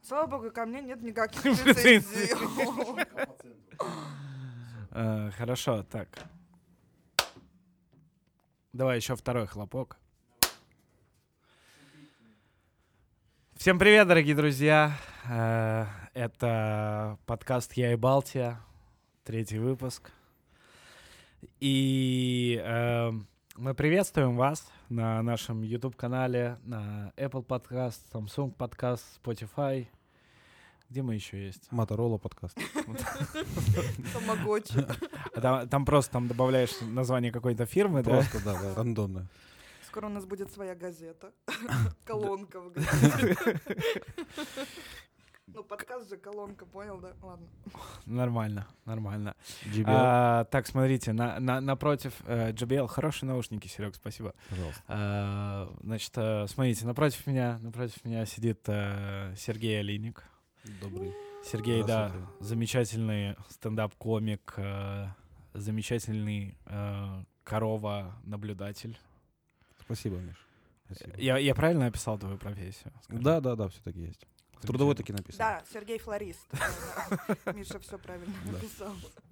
Слава богу, ко мне нет никаких претензий. Хорошо, так. Давай еще второй хлопок. Всем привет, дорогие друзья. Это подкаст «Я и Балтия», 3-й выпуск. И мы приветствуем вас на нашем YouTube-канале, на Apple Podcast, Samsung Podcast, Spotify. Где мы еще есть? Motorola подкаст. Тамагочи. Там просто добавляешь название какой-то фирмы, да? Просто, да, рандомно. Скоро у нас будет своя газета. Колонка в газете. Ну, подкаст же колонка, понял, да? Ладно. Нормально. JBL. Так, смотрите, напротив JBL, хорошие наушники, Серег, спасибо. Пожалуйста. Значит, смотрите, напротив меня сидит Сергей Олейник. Добрый. Сергей, да, Здравствуйте. замечательный стендап-комик, замечательный корова-наблюдатель. Спасибо, Миш. Спасибо. Я правильно описал твою профессию? Скажи. Да, все таки есть. В трудовой таки написано. Да, Сергей флорист. Миша все правильно написал.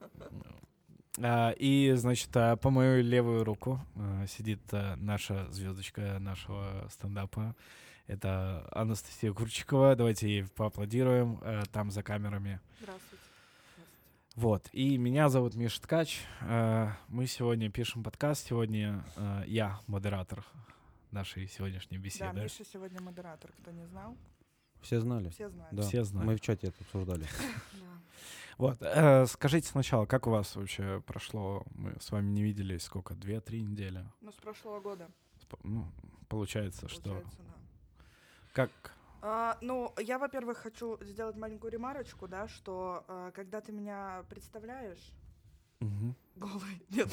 И, значит, по мою левую руку сидит наша звездочка нашего стендапа. Это Анастасия Курчикова. Давайте ей поаплодируем там за камерами. Здравствуйте. Вот. И меня зовут Миша Ткач. Мы сегодня пишем подкаст. Сегодня я модератор нашей сегодняшней Да, беседы. Миша сегодня модератор, кто не знал. Все знали? Все знают. Да. Все знают. Мы в чате это обсуждали. Да. Вот. Скажите сначала, как у вас вообще прошло? Мы с вами не виделись сколько? 2-3 недели? Ну, с прошлого года, Ну, получается, что... получается, да. Как... Ну, я, во-первых, хочу сделать маленькую ремарочку, да, что когда ты меня представляешь Мгм. голой, нет.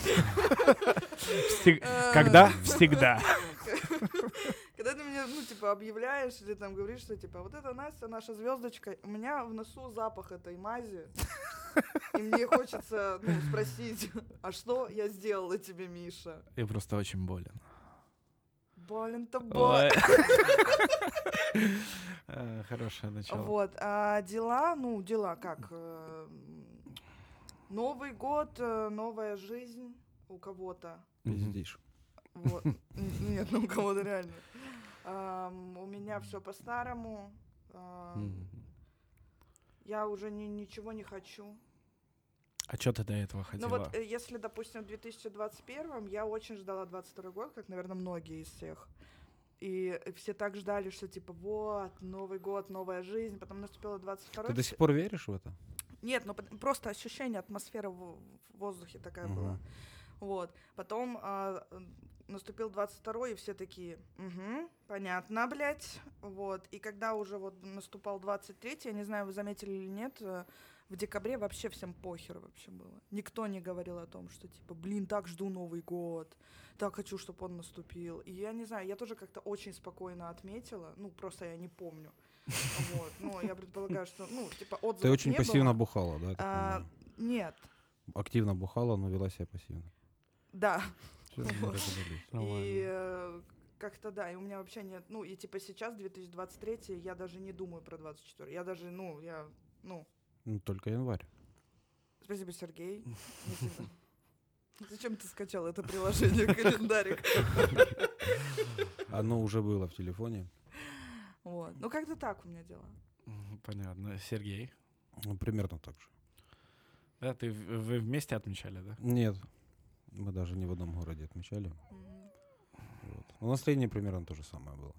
Когда? Всегда. Когда ты меня, ну, типа, объявляешь или там говоришь, что, типа, вот это Настя, наша звездочка, у меня в носу запах этой мази, и мне хочется, ну, спросить, а что я сделала тебе, Миша? Я просто очень болен. Болен-то болен. Хорошее начало. Вот, а дела как? Новый год, новая жизнь у кого-то. Пиздишь. Вот. Нет, ну у кого-то реально. У меня все по-старому. Я уже ничего не хочу. А что ты до этого Ну хотела? вот, если, допустим, в 2021 я очень ждала 22 год, как, наверное, многие из всех. И все так ждали, что типа вот, Новый год, новая жизнь. Потом наступило 22 Ты до сих пор веришь в это? Нет, ну просто ощущение, атмосфера в воздухе такая была. Вот. Потом наступил 22-й, и все такие, угу, понятно, блядь. Вот. И когда уже вот наступал 23-й, я не знаю, вы заметили или нет, в декабре вообще всем похер вообще было. Никто не говорил о том, что типа, блин, так жду Новый год, так хочу, чтобы он наступил. И я не знаю, я тоже как-то очень спокойно отметила, ну, просто я не помню. Вот. Ну, я предполагаю, что, ну, типа, отзывов Ты очень не пассивно было. бухала, да? я так понимаю? Нет, Активно бухала, но вела себя пассивно. да. Всё, мы Вот. разобрались. И как-то да, и у меня вообще нет, ну, и типа сейчас, 2023, я даже не думаю про 24. Я даже, ну, Ну, только январь. спасибо, Сергей. Спасибо. Зачем ты скачал это приложение, календарик? Оно уже было в телефоне. Вот. Ну, как-то так у меня дела. Понятно. Сергей? Ну, примерно так же. Да, вы вместе отмечали, да? Нет, мы даже не в одном городе отмечали. Вот. Но настроение примерно то же самое было.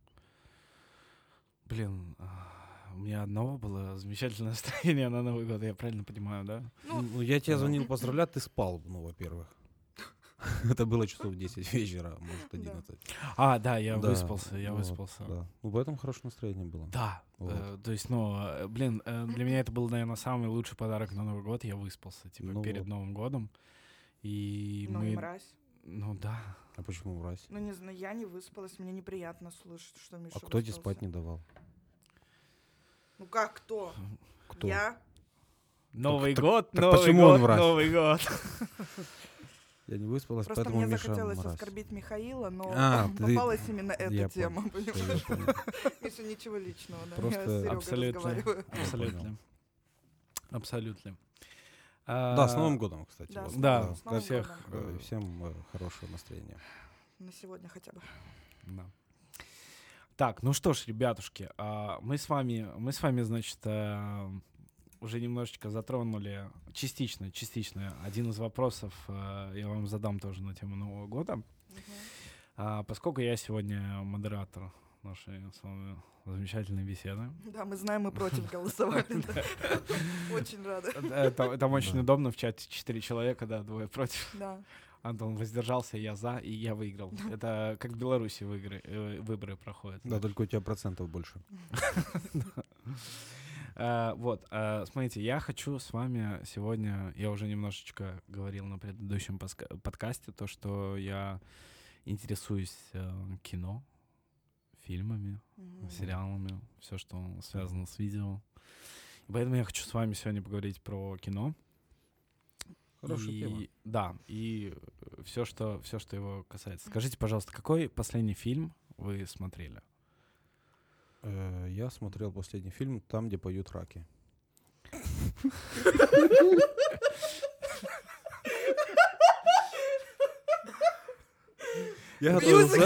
Блин, у меня одного было замечательное настроение на Новый год, я правильно понимаю, да? Ну, я тебе звонил поздравлять, ты спал, ну, во-первых. Это было часов 10 вечера, может, 11. Да, я Да, выспался. Да. Ну, поэтому хорошее настроение было. Да, Вот. то есть, блин, для меня это был, наверное, самый лучший подарок на Новый год. Я выспался, типа, Ну перед вот. Новым годом. И Ну, и мы... мразь. Ну, да. А почему мразь? Ну, не знаю, я не выспалась, мне неприятно слышать, что Миша А кто тебе выспался. спать не давал? Ну, как кто? Кто? Я? Новый так год, так Новый почему он год, врать? Новый год. Я не выспалась, Просто поэтому мне Миша захотелось мразь. оскорбить Михаила, но я попалась именно эта тема. понял. Понимаешь? Я понял. Миша, ничего личного, да. Просто Я с Серегой Абсолютно. разговариваю. Абсолютно. Абсолютно. Да, с Новым годом, кстати. Да, вот. с Да, С Новым всех. годом. Всем хорошего настроения. На сегодня хотя бы. Да. Так, ну что ж, ребятушки, мы с вами, значит, уже немножечко затронули частично один из вопросов я вам задам тоже на тему Нового года. Поскольку я сегодня модератор нашей с вами замечательной беседы. Да, мы знаем, мы против голосовали. да. Очень рада. Там очень Да. удобно, в чате 4 человека, да, 2 против. Да. Антон воздержался, я за, и я выиграл. Это как в Беларуси выборы проходят. Да, только у тебя процентов больше. Вот, смотрите, я хочу с вами сегодня, я уже немножечко говорил на предыдущем подкасте, то, что я интересуюсь кино, фильмами, сериалами, все, что связано с видео. И поэтому я хочу с вами сегодня поговорить про кино. Хорошая тема. Да, и все, что его касается. Скажите, пожалуйста, какой последний фильм вы смотрели? Я смотрел последний фильм «Там, где поют раки». Я готовился.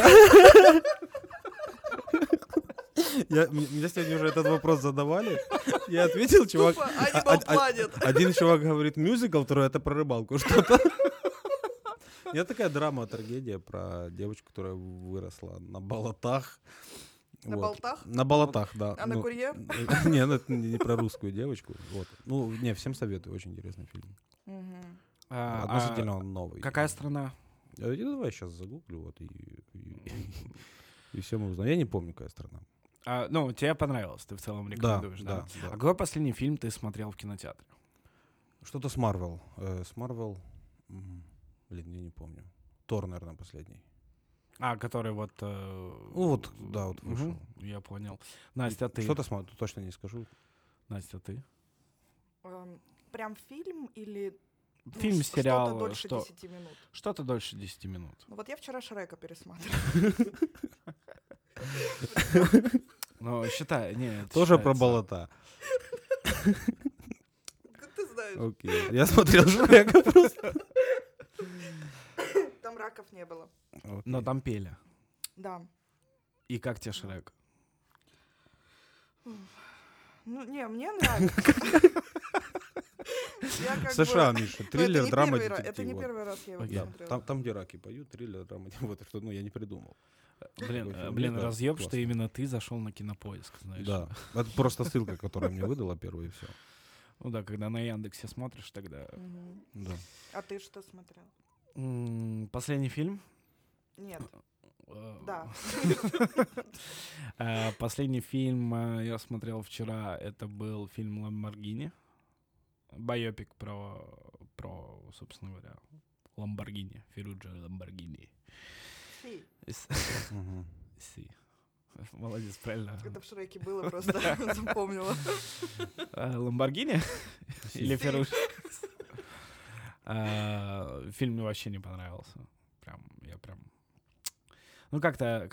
Мне сегодня уже этот вопрос задавали. Я ответил, чувак. Тупо Animal Planet. Один чувак говорит мюзикл, второй это про рыбалку что-то. Это такая драма, трагедия про девочку, которая выросла на болотах. На Вот. болтах? На болотах, да. А на курье? Нет, это не про русскую девочку. Вот. Ну, не, всем советую, очень интересный фильм. Относительно он новый. Какая страна? Я давай сейчас загуглю, вот, и все мы узнаем. Я не помню, какая страна. Ну, тебе понравилось, ты в целом рекомендуешь, да? Да. А какой последний фильм ты смотрел в кинотеатре? Что-то с Марвел. Блин, я не помню. Тор, наверное, последний. Который вот... Ну вот, да, вот вышел. Я понял. Настя, ты? Что-то смотрю, точно не скажу. Настя, ты? Прям фильм или Фильм, сериал, что-то дольше 10 минут? Что-то дольше 10 минут. Ну вот я вчера Шрека пересматривала. Ну, считай, нет. Тоже про болота. Как ты знаешь? Окей. Я смотрел Шрека просто. Там раков не было. Но там пели. Да. И как тебе Шрек? Ну, не, мне нравится. Я как США, бы- Миша, Ну, триллер, драма, Это детектив. не вот. первый раз я его Окей. смотрела. Там, где раки поют, триллер, драма, вот что, ну, я не придумал. Блин, Такой фильм, блин, да, разъеб, что классно. именно ты зашел на Кинопоиск, знаешь. Да, это просто ссылка, которая мне выдала первая, и все. Ну да, когда на Яндексе смотришь, тогда... Мгм. Да. А ты что смотрел? Последний фильм? Нет. Да. Последний фильм я смотрел вчера. Это был фильм «Ламборгини». Байопик про, собственно говоря, Ламборгини. Ферруджо Ламборгини. Фи. Мгм. Си. Молодец, правильно. Это в Шреке было, просто запомнила. Ламборгини? Или Ферруджо? Фильм мне вообще не понравился. Я прям... Ну, как-то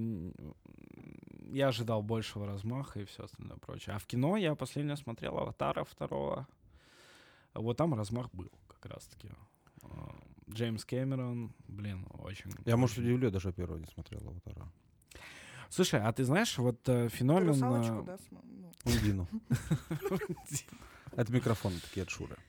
я ожидал большего размаха и все остальное прочее. А в кино я последнее смотрел «Аватара» 2. Вот там размах был как раз-таки. Джеймс Кэмерон, блин, очень... Я, может, удивлю, я даже первого не смотрел «Аватара». Слушай, а ты знаешь, вот Ты феномен... русалочку, да? Ну. Ундину. Это микрофоны такие от Шуры.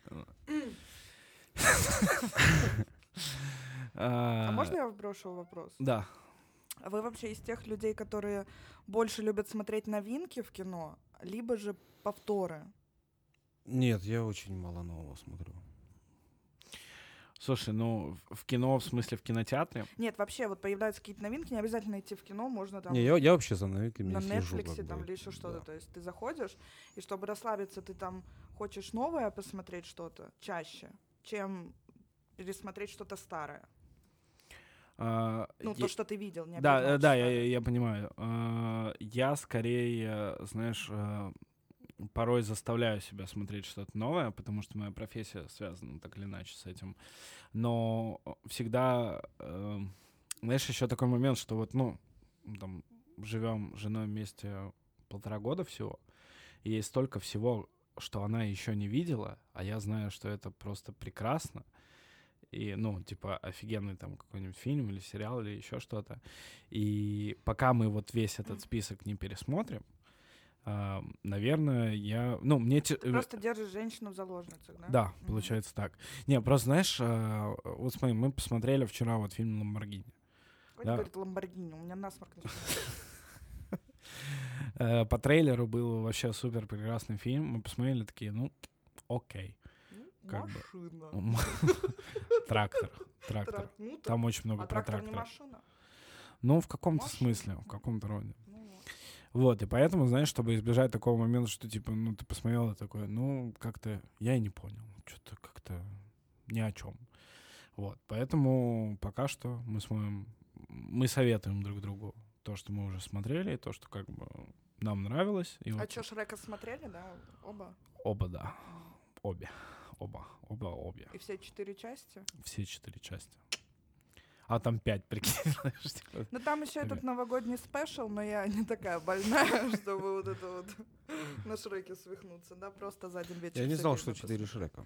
А можно я вброшу вопрос? Да. А вы вообще из тех людей, которые больше любят смотреть новинки в кино, либо же повторы? Нет, я очень мало нового смотрю. Слушай, ну, в кино, в смысле в кинотеатре? Нет, вообще, вот появляются какие-то новинки, не обязательно идти в кино, можно там Не, я вообще за новинками на не слежу. Netflix как там бы. или еще что-то. Да. То есть ты заходишь, и чтобы расслабиться, ты там хочешь новое посмотреть что-то чаще, чем пересмотреть что-то старое. Ну, то, что ты видел, не обязательно Да, старое. я понимаю. Я скорее, знаешь, порой заставляю себя смотреть что-то новое, потому что моя профессия связана так или иначе с этим. Но всегда, знаешь, еще такой момент, что вот, ну, там, живем с женой вместе 1,5 года всего, и есть столько всего, что она еще не видела, а я знаю, что это просто прекрасно. И, ну, типа, офигенный там какой-нибудь фильм или сериал или еще что-то. И пока мы вот весь этот список не пересмотрим, наверное, ну, мне... Ты просто держишь женщину в заложницах, да? Да, получается так. Не, просто, знаешь, вот смотри, мы посмотрели вчера вот фильм «Ламборгини». Хоть говорит «Ламборгини», у меня насморк начинается. По трейлеру был вообще супер прекрасный фильм. Мы посмотрели такие, ну, окей. Машина. Трактор. Ну, Там очень много про трактор не трактора. машина? Ну, в каком-то Машина. смысле, в каком-то роде. Ну, вот. Вот, и поэтому, знаешь, чтобы избежать такого момента, что, типа, ну, ты посмотрел и такой, ну, как-то я и не понял. Что-то как-то ни о чем. Вот, поэтому пока что мы советуем друг другу то, что мы уже смотрели, и то, что как бы нам нравилось. И А вот что, Шрека смотрели, да? Оба? оба, да. Обе. И все 4 части? Все 4 части. А там 5, прикинь. знаешь, типа. Ну там еще Такая. этот новогодний спешл, но я не такая больная, чтобы вот это вот на Шреке свихнуться, да, просто за один вечер. Я не все знал, фильмы что 4 Шрека.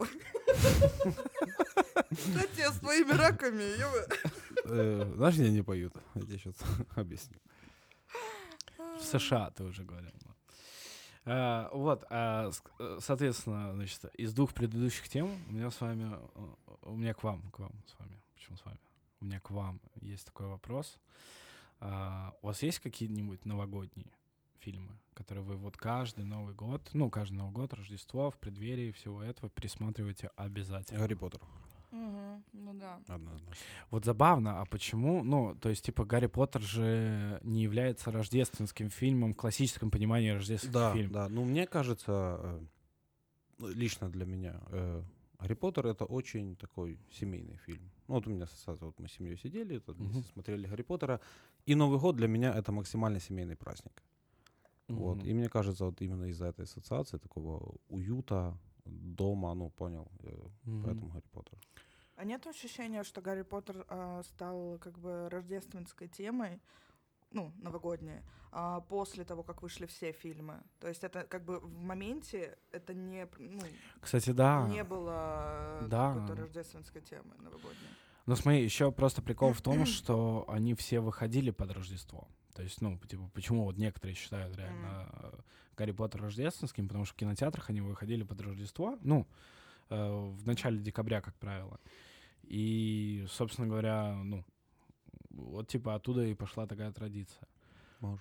Кстати, с твоими раками, Знаешь, они не поют. Я тебе сейчас объясню. В США, ты уже говорил. Вот, соответственно, значит, из 2 предыдущих тем у меня к вам с вами. Почему с вами? У меня к вам есть такой вопрос. У вас есть какие-нибудь новогодние фильмы, которые вы вот каждый Новый год, Рождество, в преддверии всего этого пересматриваете обязательно? Гарри Поттер. Ну да. Однозначно. Вот забавно, а почему, ну, то есть, типа, Гарри Поттер же не является рождественским фильмом в классическом понимании рождественских фильмов. Да. Ну, мне кажется, лично для меня, Гарри Поттер — это очень такой семейный фильм. Ну, вот у меня ассоциация, вот мы с семьей сидели, тут смотрели Гарри Поттера, и Новый год для меня — это максимально семейный праздник. Вот. И мне кажется, вот именно из-за этой ассоциации, такого уюта, дома, ну, понял, поэтому Гарри Поттер. А нет ощущения, что Гарри Поттер стал как бы рождественской темой, ну, новогодней, после того, как вышли все фильмы? То есть это как бы в моменте это не, ну, Кстати, да. не было Да. какой-то рождественской темы новогодней. Ну, смотри, еще просто прикол в том, что они все выходили под Рождество. То есть, ну, типа, почему вот некоторые считают реально Гарри Поттер рождественским, потому что в кинотеатрах они выходили под Рождество, ну, в начале декабря, как правило. И, собственно говоря, ну, вот типа оттуда и пошла такая традиция. Может.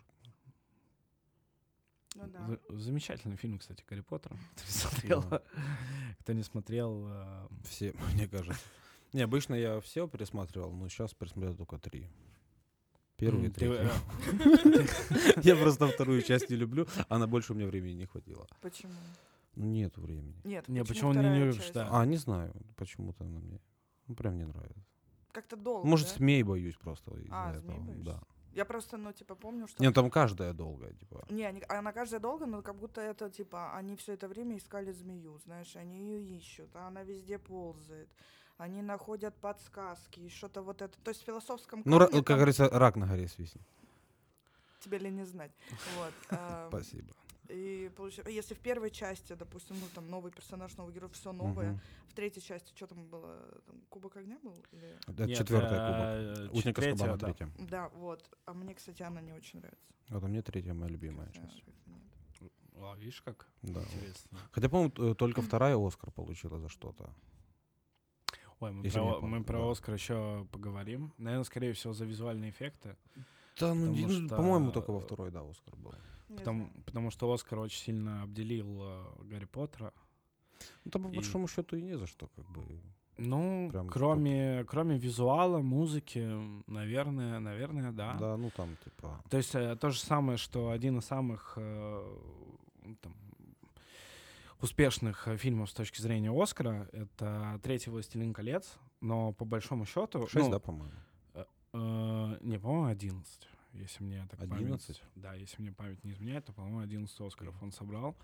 Ну да. Замечательный фильм, кстати, Гарри Поттер. Кто не смотрел... Все, мне кажется. Не, обычно я все пересматривал, но сейчас пересмотрел только 3. Первый и третий. Я просто вторую часть не люблю, а на больше у меня времени не хватило. Почему? Ну, нету времени. Нет, Не, почему не вторая любишь, часть? да. Не знаю, почему-то она мне, ну, прям не нравится. Как-то долго, Может, да? змей боюсь просто из-за змей этого. боишься? Да. Я просто, ну, типа, помню, что... Не, ну, там каждая долгая, типа. Она каждая долго, но как будто это, типа, они все это время искали змею, знаешь, они ее ищут, а она везде ползает. Они находят подсказки, и что-то вот это. То есть в философском Ну, камне как там говорится, рак на горе свистнет. тебе ли не знать. Вот. Спасибо. И получается, если в первой части, допустим, ну там новый персонаж, новый герой, все новое, в третьей части что там было? Там, Кубок огня был? Или... Это Нет, 4-й кубок. Узник Азкабана да. 3. Да, вот. А мне, кстати, она не очень нравится. Вот, а мне 3 моя любимая Хотя часть. как-то нет. Видишь, как Да. интересно. Хотя, по-моему, только 2 Оскар получила за что-то. Ой, мы Если мне мы помню, про да. Оскар еще поговорим. Наверное, скорее всего, за визуальные эффекты. Да, Потому что- по-моему, только во 2 Оскар был. Не знаю. Потому что Оскар очень сильно обделил Гарри Поттера. Ну, там, по И- большому счету, и не за что, как бы. Ну, Прям кроме визуала, музыки, наверное, да. Да, ну там, типа. То есть то же самое, что один из самых там, успешных фильмов с точки зрения Оскара — это «Третий властелин колец», но по большому счету... 6, да, по-моему. Не, по-моему, 11. если мне так 11? Да, если мне память не изменяет, то, по-моему, 11 Оскаров он собрал.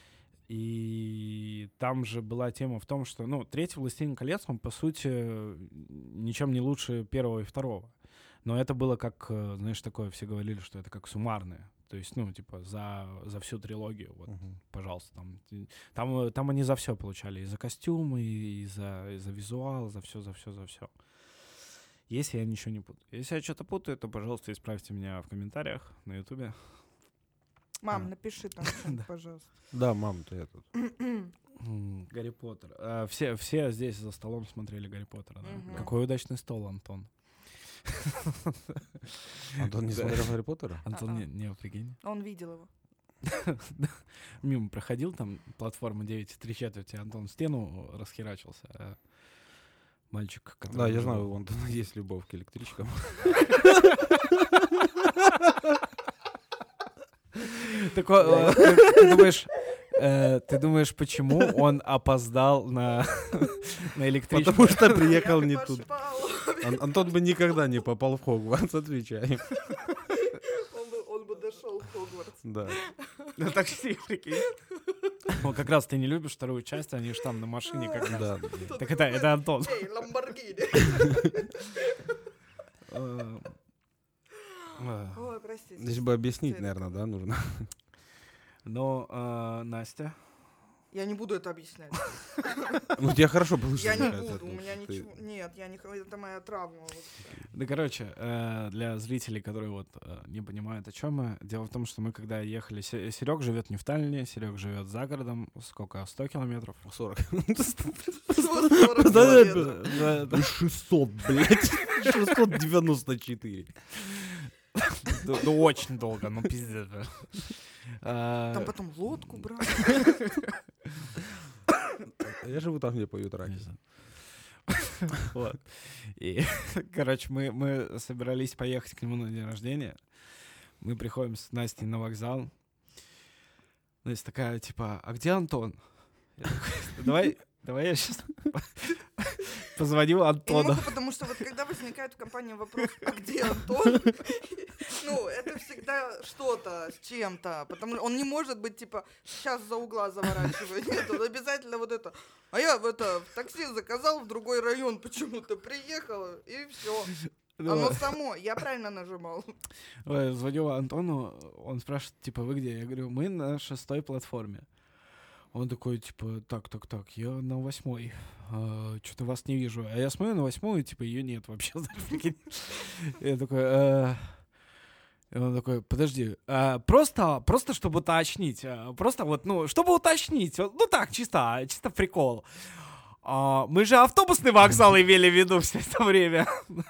И там же была тема в том, что, ну, третий «Властелин колец», он, по сути, ничем не лучше первого и второго. Но это было как, знаешь, такое, все говорили, что это как суммарное. То есть, ну, типа, за всю трилогию, вот, пожалуйста, там они за все получали. И за костюмы, и за визуал, за все. Если я ничего не путаю. Если я что-то путаю, то, пожалуйста, исправьте меня в комментариях на Ютубе. Мам, напиши там что-нибудь, пожалуйста. Да, мам, ты этот. Гарри Поттер. Все здесь за столом смотрели Гарри Поттера, да? Какой удачный стол, Антон. Антон не смотрел Гарри Поттера? Антон не прикинь. Он видел его. Мимо проходил, там платформа 9,3, Антон в стену расхерачился. А мальчик, который... Да, я знаю, у Антона есть любовь к электричкам. Ты думаешь, почему он опоздал на электричку? Потому что приехал не тут. Антон бы никогда не попал в Хогвартс, отвечай. Он бы дошел в Хогвартс. Да. На такси, прикинь. Ну, как раз ты не любишь вторую часть, они же там на машине как раз. Да. Так это Антон. Эй, Ламборгини. Ой, простите. Здесь бы объяснить, наверное, да, нужно. Но, Настя... Я не буду это объяснять. Ну, у тебя хорошо получилось. Я не буду, у меня ничего... Нет, я не... Это моя травма. Да, короче, для зрителей, которые вот не понимают, о чем мы, дело в том, что мы когда ехали... Серег живет не в Таллине, Серег живет за городом. Сколько? 100 километров? 40. 40 600, блядь. 694. Ну, очень долго, ну, пиздец. Там потом лодку брали. Я живу там, где поют раки. Вот. И, короче, мы собирались поехать к нему на день рождения. Мы приходим с Настей на вокзал. Настя такая, типа, а где Антон? Я такой, давай я сейчас позвоню Я не Антону. могу, потому что вот когда возникает в компании вопрос, а где Антон? Ну, это всегда что-то с чем-то, потому что он не может быть, типа, сейчас за угла заворачиваю. Нет, он обязательно вот это. А я в такси заказал в другой район почему-то, приехал, и все. Оно само, я правильно нажимал. Ой, звоню Антону, он спрашивает, типа, вы где? Я говорю, мы на 6-й платформе. Он такой, типа, так, я на 8-й. Что-то вас не вижу. А я смотрю на 8-ю, и, типа, ее нет вообще. Я такой... И он такой, подожди, просто чтобы уточнить, просто вот, ну, чтобы уточнить, ну так, чисто прикол. Мы же автобусный вокзал имели в виду все это время.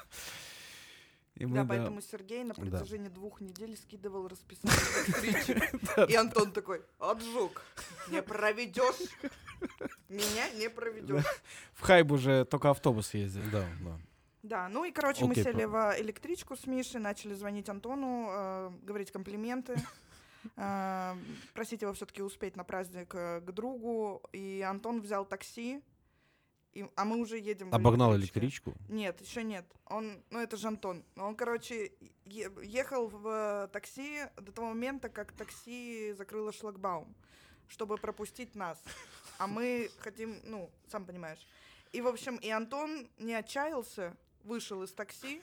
Да, поэтому Сергей на протяжении 2 недель скидывал расписание встречи. И Антон такой, отжуг, не проведешь, меня не проведешь. В Хайб уже только автобус ездит. Да. Да, ну и, короче, мы сели в электричку с Мишей, начали звонить Антону, говорить комплименты, просить его все-таки успеть на праздник к другу. И Антон взял такси, а мы уже едем в Обогнал электричку? Нет, еще нет. Ну это же Антон. Он, короче, ехал в такси до того момента, как такси закрыло шлагбаум, чтобы пропустить нас. А мы хотим, ну, сам понимаешь. И, в общем, и Антон не отчаялся, вышел из такси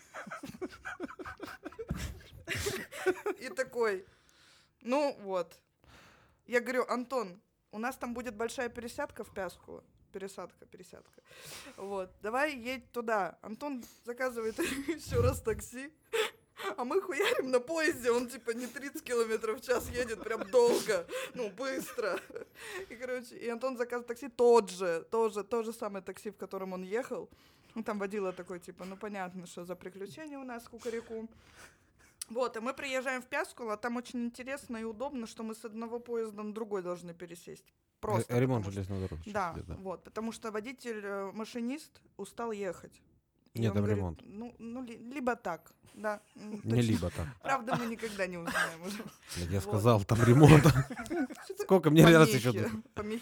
и такой, ну вот. Я говорю, Антон, у нас там будет большая пересадка в Пяску. Пересадка. Вот, давай едь туда. Антон заказывает еще раз такси, а мы хуярим на поезде, он типа не 30 километров в час едет, прям долго, ну, быстро. И, короче, и Антон заказывает такси то же самое такси, в котором он ехал. Ну, там водила такой, типа, ну, понятно, что за приключения у нас, кукареку. Вот, и мы приезжаем в Пяску, а там очень интересно и удобно, что мы с одного поезда на другой должны пересесть. Просто. Ремонт железной дороги. Да, вот, потому что водитель, машинист устал ехать. Нет, там ремонт. Ну, либо так, да. Не либо так. Правда, мы никогда не узнаем уже. Я сказал, там ремонт. Сколько мне раз еще... Помехи слева.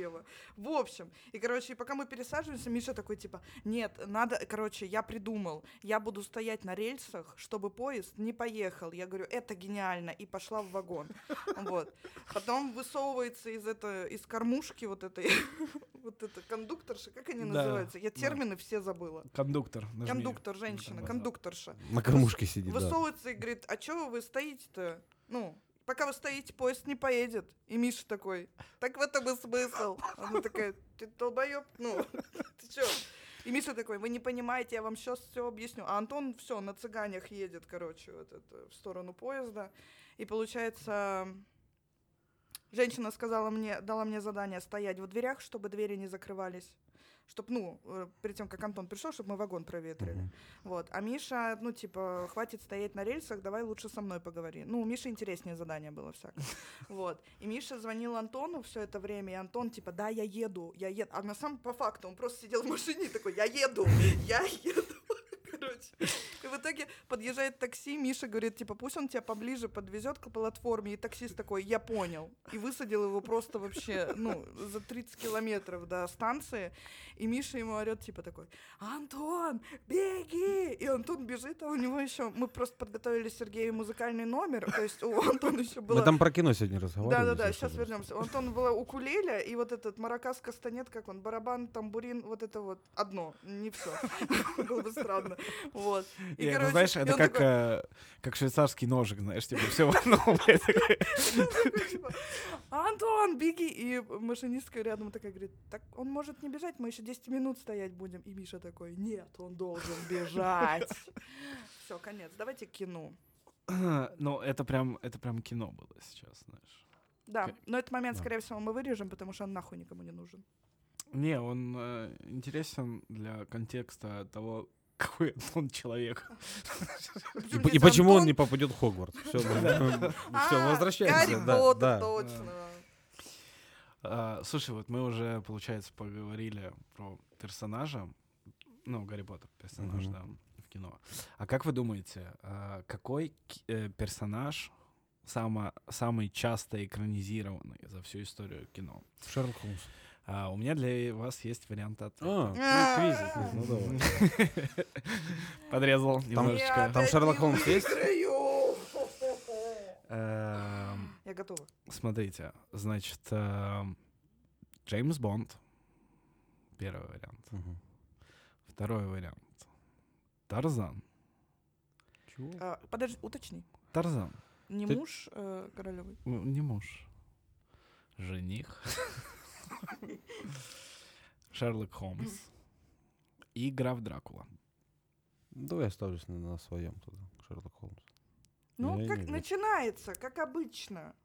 налево. В общем, и, короче, пока мы пересаживаемся, Миша такой, типа, нет, надо, короче, я придумал, я буду стоять на рельсах, чтобы поезд не поехал. Я говорю, это гениально, и пошла в вагон. Вот. Потом высовывается из кормушки вот этой, вот это кондукторша, как они называются? Я термины все забыла. Кондуктор. нажми. Кондуктор, женщина, кондукторша. На кормушке сидит, да. Высовывается и говорит, а чё вы стоите-то? Ну, пока вы стоите, поезд не поедет. И Миша такой, так в этом и смысл. Она такая, ты долбоёб, ну, ты чё? И Миша такой, вы не понимаете, я вам сейчас все объясню. А Антон все на цыганях едет, короче, вот это, в сторону поезда. И получается, женщина дала мне задание стоять в дверях, чтобы двери не закрывались. Чтобы, перед тем, как Антон пришел, чтобы мы вагон проветрили. Вот. А Миша, типа, хватит стоять на рельсах, давай лучше со мной поговори. У Миши интереснее задание было всякое. Вот. И Миша звонил Антону все это время, и Антон, типа, да, я еду. А на самом по факту он просто сидел в машине и такой, я еду. Короче. И в итоге подъезжает такси, Миша говорит, типа, пусть он тебя поближе подвезет к платформе, и таксист такой, я понял. И высадил его просто вообще, за 30 километров до станции, и Миша ему орет, типа, такой, Антон, беги! И Антон бежит, а у него еще, мы просто подготовили Сергею музыкальный номер, то есть у Антона еще было... Мы там про кино сегодня разговаривали. Да, сейчас вернемся. У Антона была укулеле, и вот этот маракас, кастанет, как он, барабан, тамбурин, вот это вот одно, не все. Было бы странно. Вот. И, короче, знаешь, это как швейцарский ножик, знаешь, типа все в одном. Антон, беги! И машинистка рядом такая говорит, так он может не бежать, мы еще 10 минут стоять будем. И Миша такой, нет, он должен бежать. Все, конец. Давайте к кино. Ну, это прям кино было сейчас, знаешь. Да, но этот момент, скорее всего, мы вырежем, потому что он нахуй никому не нужен. Не, он интересен для контекста того, какой он человек. И почему он не попадет в Хогвартс? Все, возвращаемся. Гарри Поттер, точно. Слушай, вот мы уже, получается, поговорили про персонажа, Гарри Поттер персонаж, да, в кино. А как вы думаете, какой персонаж самый часто экранизированный за всю историю кино? Шерлок Холмс. У меня для вас есть варианты ответа. Квиз, ну давай. Подрезал немножечко. Там Шерлок Холмс есть? Я готова. Смотрите, значит, Джеймс Бонд. Первый вариант. Второй вариант. Тарзан. Чего? Подожди, уточни. Тарзан. Не муж королевы? Не муж. Жених. Шерлок Холмс и граф Дракула. Давай оставлюсь на своем тогда, Шерлок Холмс. Как начинается, как обычно.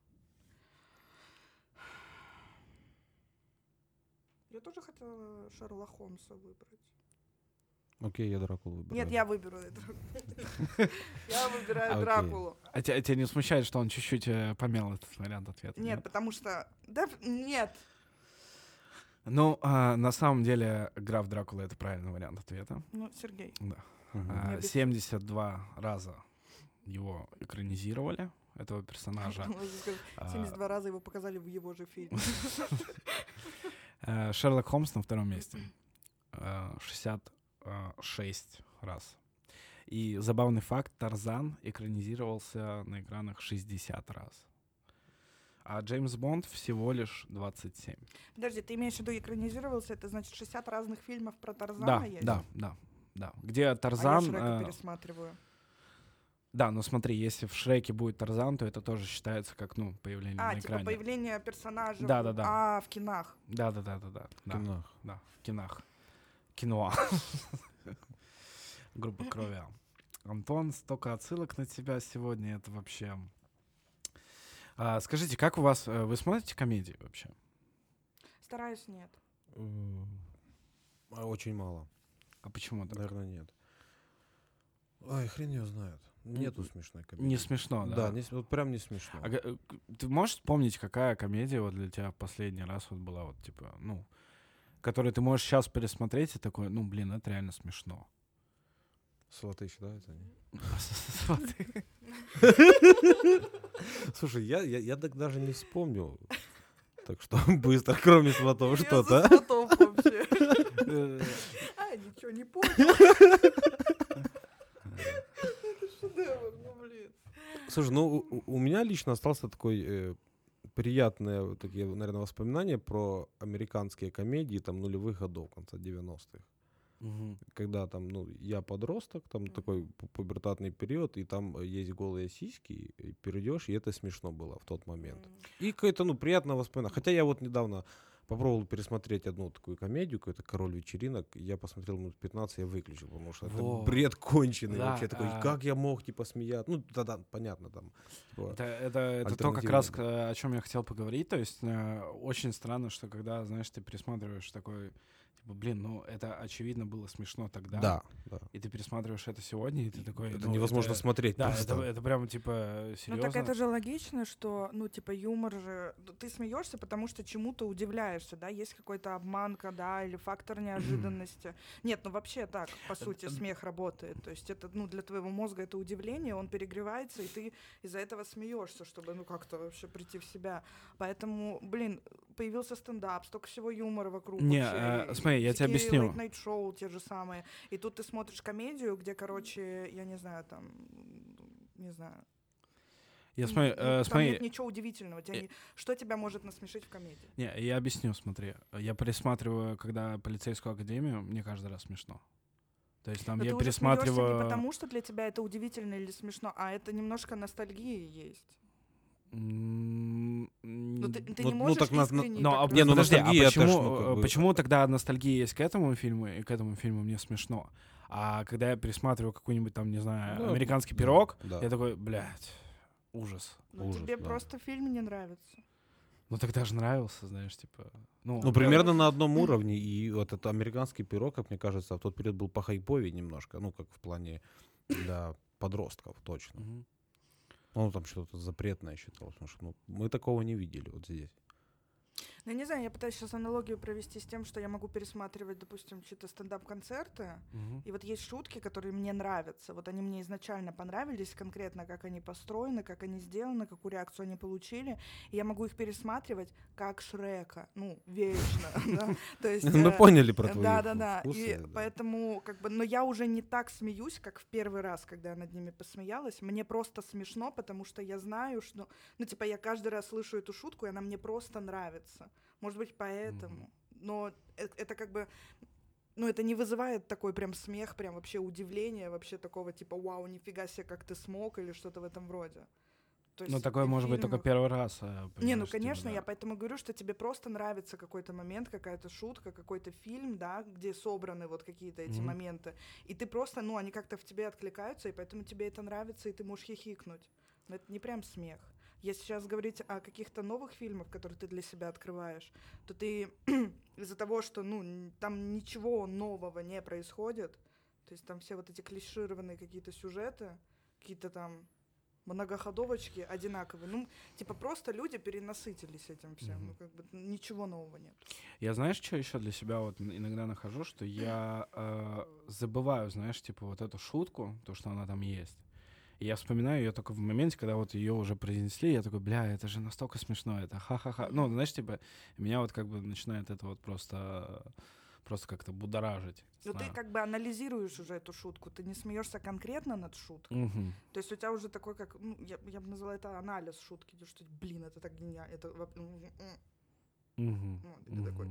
Я тоже хотела Шерлока Холмса выбрать. Окей, я Дракулу выбираю. Нет, я выберу Дракулу. Я выбираю Дракулу. А тебя не смущает, что он чуть-чуть помял этот вариант ответа? Нет, потому что... Нет. Ну, на самом деле, граф Дракула — это правильный вариант ответа. Сергей. Да. 72 раза его экранизировали, этого персонажа. 72 раза его показали в его же фильме. Шерлок Холмс на втором месте. 66 раз. И забавный факт, Тарзан экранизировался на экранах 60 раз. А Джеймс Бонд всего лишь 27. Подожди, ты имеешь в виду экранизировался? Это значит 60 разных фильмов про Тарзана есть? Да. Где Тарзан... А я Шрека пересматриваю. Да, но смотри, если в Шреке будет Тарзан, то это тоже считается как, появление на экране. Появление персонажа в кинах. Да. В кинах. Да, в кинах. Кино. Группа крови. Антон, столько отсылок на тебя сегодня, это вообще... Скажите, как у вас... Вы смотрите комедии вообще? Стараюсь, нет. Очень мало. А почему так? Наверное, нет. Ой, хрен его знает. Нету смешной комедии. Не смешно, да? Да, вот прям не смешно. Ты можешь вспомнить, какая комедия вот для тебя в последний раз вот была, вот типа, которую ты можешь сейчас пересмотреть и такой, это реально смешно. Сваты еще, да, это не? Сваты. Слушай, я так даже не вспомнил Так что быстро, кроме сватов, Без что-то. сватов вообще. А, ничего не понял. Это шедевр, ну блин. Слушай, ну у меня лично остался такой приятные такие, наверное, воспоминания про американские комедии там нулевых годов, конца 90-х. Когда там, ну, я подросток, там такой пубертатный период, и там есть голые сиськи, и перейдешь, и это смешно было в тот момент. И какое-то, ну, приятное воспоминание. Хотя я вот недавно попробовал пересмотреть одну такую комедию, какой-то «Король вечеринок», я посмотрел минут 15, я выключил, потому что это бред конченый. Да, вообще такой, как я мог, типа, смеяться? Ну, да, понятно, там. Типа, это то, как раз, о чем я хотел поговорить. То есть очень странно, что когда, знаешь, ты пересматриваешь такой... Типа, блин, ну это очевидно было смешно тогда. Да. И ты пересматриваешь это сегодня, и ты такой... Это невозможно смотреть да, просто. это прямо, типа, серьезно. Ну так это же логично, что, ну, типа, юмор же... Ты смеешься, потому что чему-то удивляешься, да? Есть какой-то обманка, да, или фактор неожиданности. Нет, ну вообще так, по сути, смех работает. То есть это, ну, для твоего мозга это удивление, он перегревается, и ты из-за этого смеешься, чтобы, ну, как-то вообще прийти в себя. Поэтому, блин, появился стендап, столько всего юмора вокруг. Не, смотри, я тебе объясню. Лейт-найт-шоу те же самые. И тут ты смотришь комедию, где, короче, я не знаю, там, не знаю. Я смотри, там нет ничего удивительного. Что тебя может насмешить в комедии? Не, я объясню, смотри. Я пересматриваю, когда «Полицейскую академию», мне каждый раз смешно. То есть там но я ты пересматриваю... уже не потому, что для тебя это удивительно или смешно, а это немножко ностальгии есть. Ну, ты не можешь искренне... подожди, почему тогда ностальгия есть к этому фильму, и к этому фильму мне смешно? А когда я пересматриваю какой-нибудь там, не знаю, «Американский пирог», я такой, блядь, ужас. Ну, тебе просто фильм не нравится. Ну, тогда же нравился, знаешь, типа... Ну, примерно на одном уровне, и вот этот «Американский пирог», как мне кажется, в тот период был похайповее немножко, ну, как в плане для подростков, точно. Ну, там что-то запретное считалось, потому что мы такого не видели вот здесь. Ну, я не знаю, я пытаюсь сейчас аналогию провести с тем, что я могу пересматривать, допустим, чьи-то стендап-концерты, и вот есть шутки, которые мне нравятся, вот они мне изначально понравились, конкретно как они построены, как они сделаны, какую реакцию они получили, и я могу их пересматривать как Шрека, ну, вечно, да, то есть... Мы поняли про твои да, и поэтому, как бы, но я уже не так смеюсь, как в первый раз, когда я над ними посмеялась, мне просто смешно, потому что я знаю, что, ну, типа, я каждый раз слышу эту шутку, и она мне просто нравится. Может быть, поэтому. Но это как бы... Ну, это не вызывает такой прям смех, прям вообще удивление, вообще такого типа «Вау, нифига себе, как ты смог» или что-то в этом роде. То есть, ну, такое может быть только первый раз. Не, ну, конечно, типа, да. Я поэтому говорю, что тебе просто нравится какой-то момент, какая-то шутка, какой-то фильм, да, где собраны вот какие-то эти моменты. И ты просто, ну, они как-то в тебе откликаются, и поэтому тебе это нравится, и ты можешь хихикнуть. Но это не прям смех. Если сейчас говорить о каких-то новых фильмах, которые ты для себя открываешь, то ты из-за того, что, ну, там ничего нового не происходит, то есть там все вот эти клишированные какие-то сюжеты, какие-то там многоходовочки одинаковые, ну, типа просто люди перенасытились этим всем, ну, как бы ничего нового нет. Я, знаешь, что еще для себя вот иногда нахожу, что я забываю, знаешь, типа вот эту шутку, то, что она там есть. И я вспоминаю ее только в моменте, когда вот ее уже произнесли, я такой, бля, это же настолько смешно, это ха-ха-ха. Ну, знаешь, типа, меня вот как бы начинает это вот просто как-то будоражить. Ну, ты как бы анализируешь уже эту шутку, ты не смеешься конкретно над шуткой. То есть у тебя уже такой, как, ну, я бы назвала это анализ шутки, что, блин, это так гениально, это... ты такой...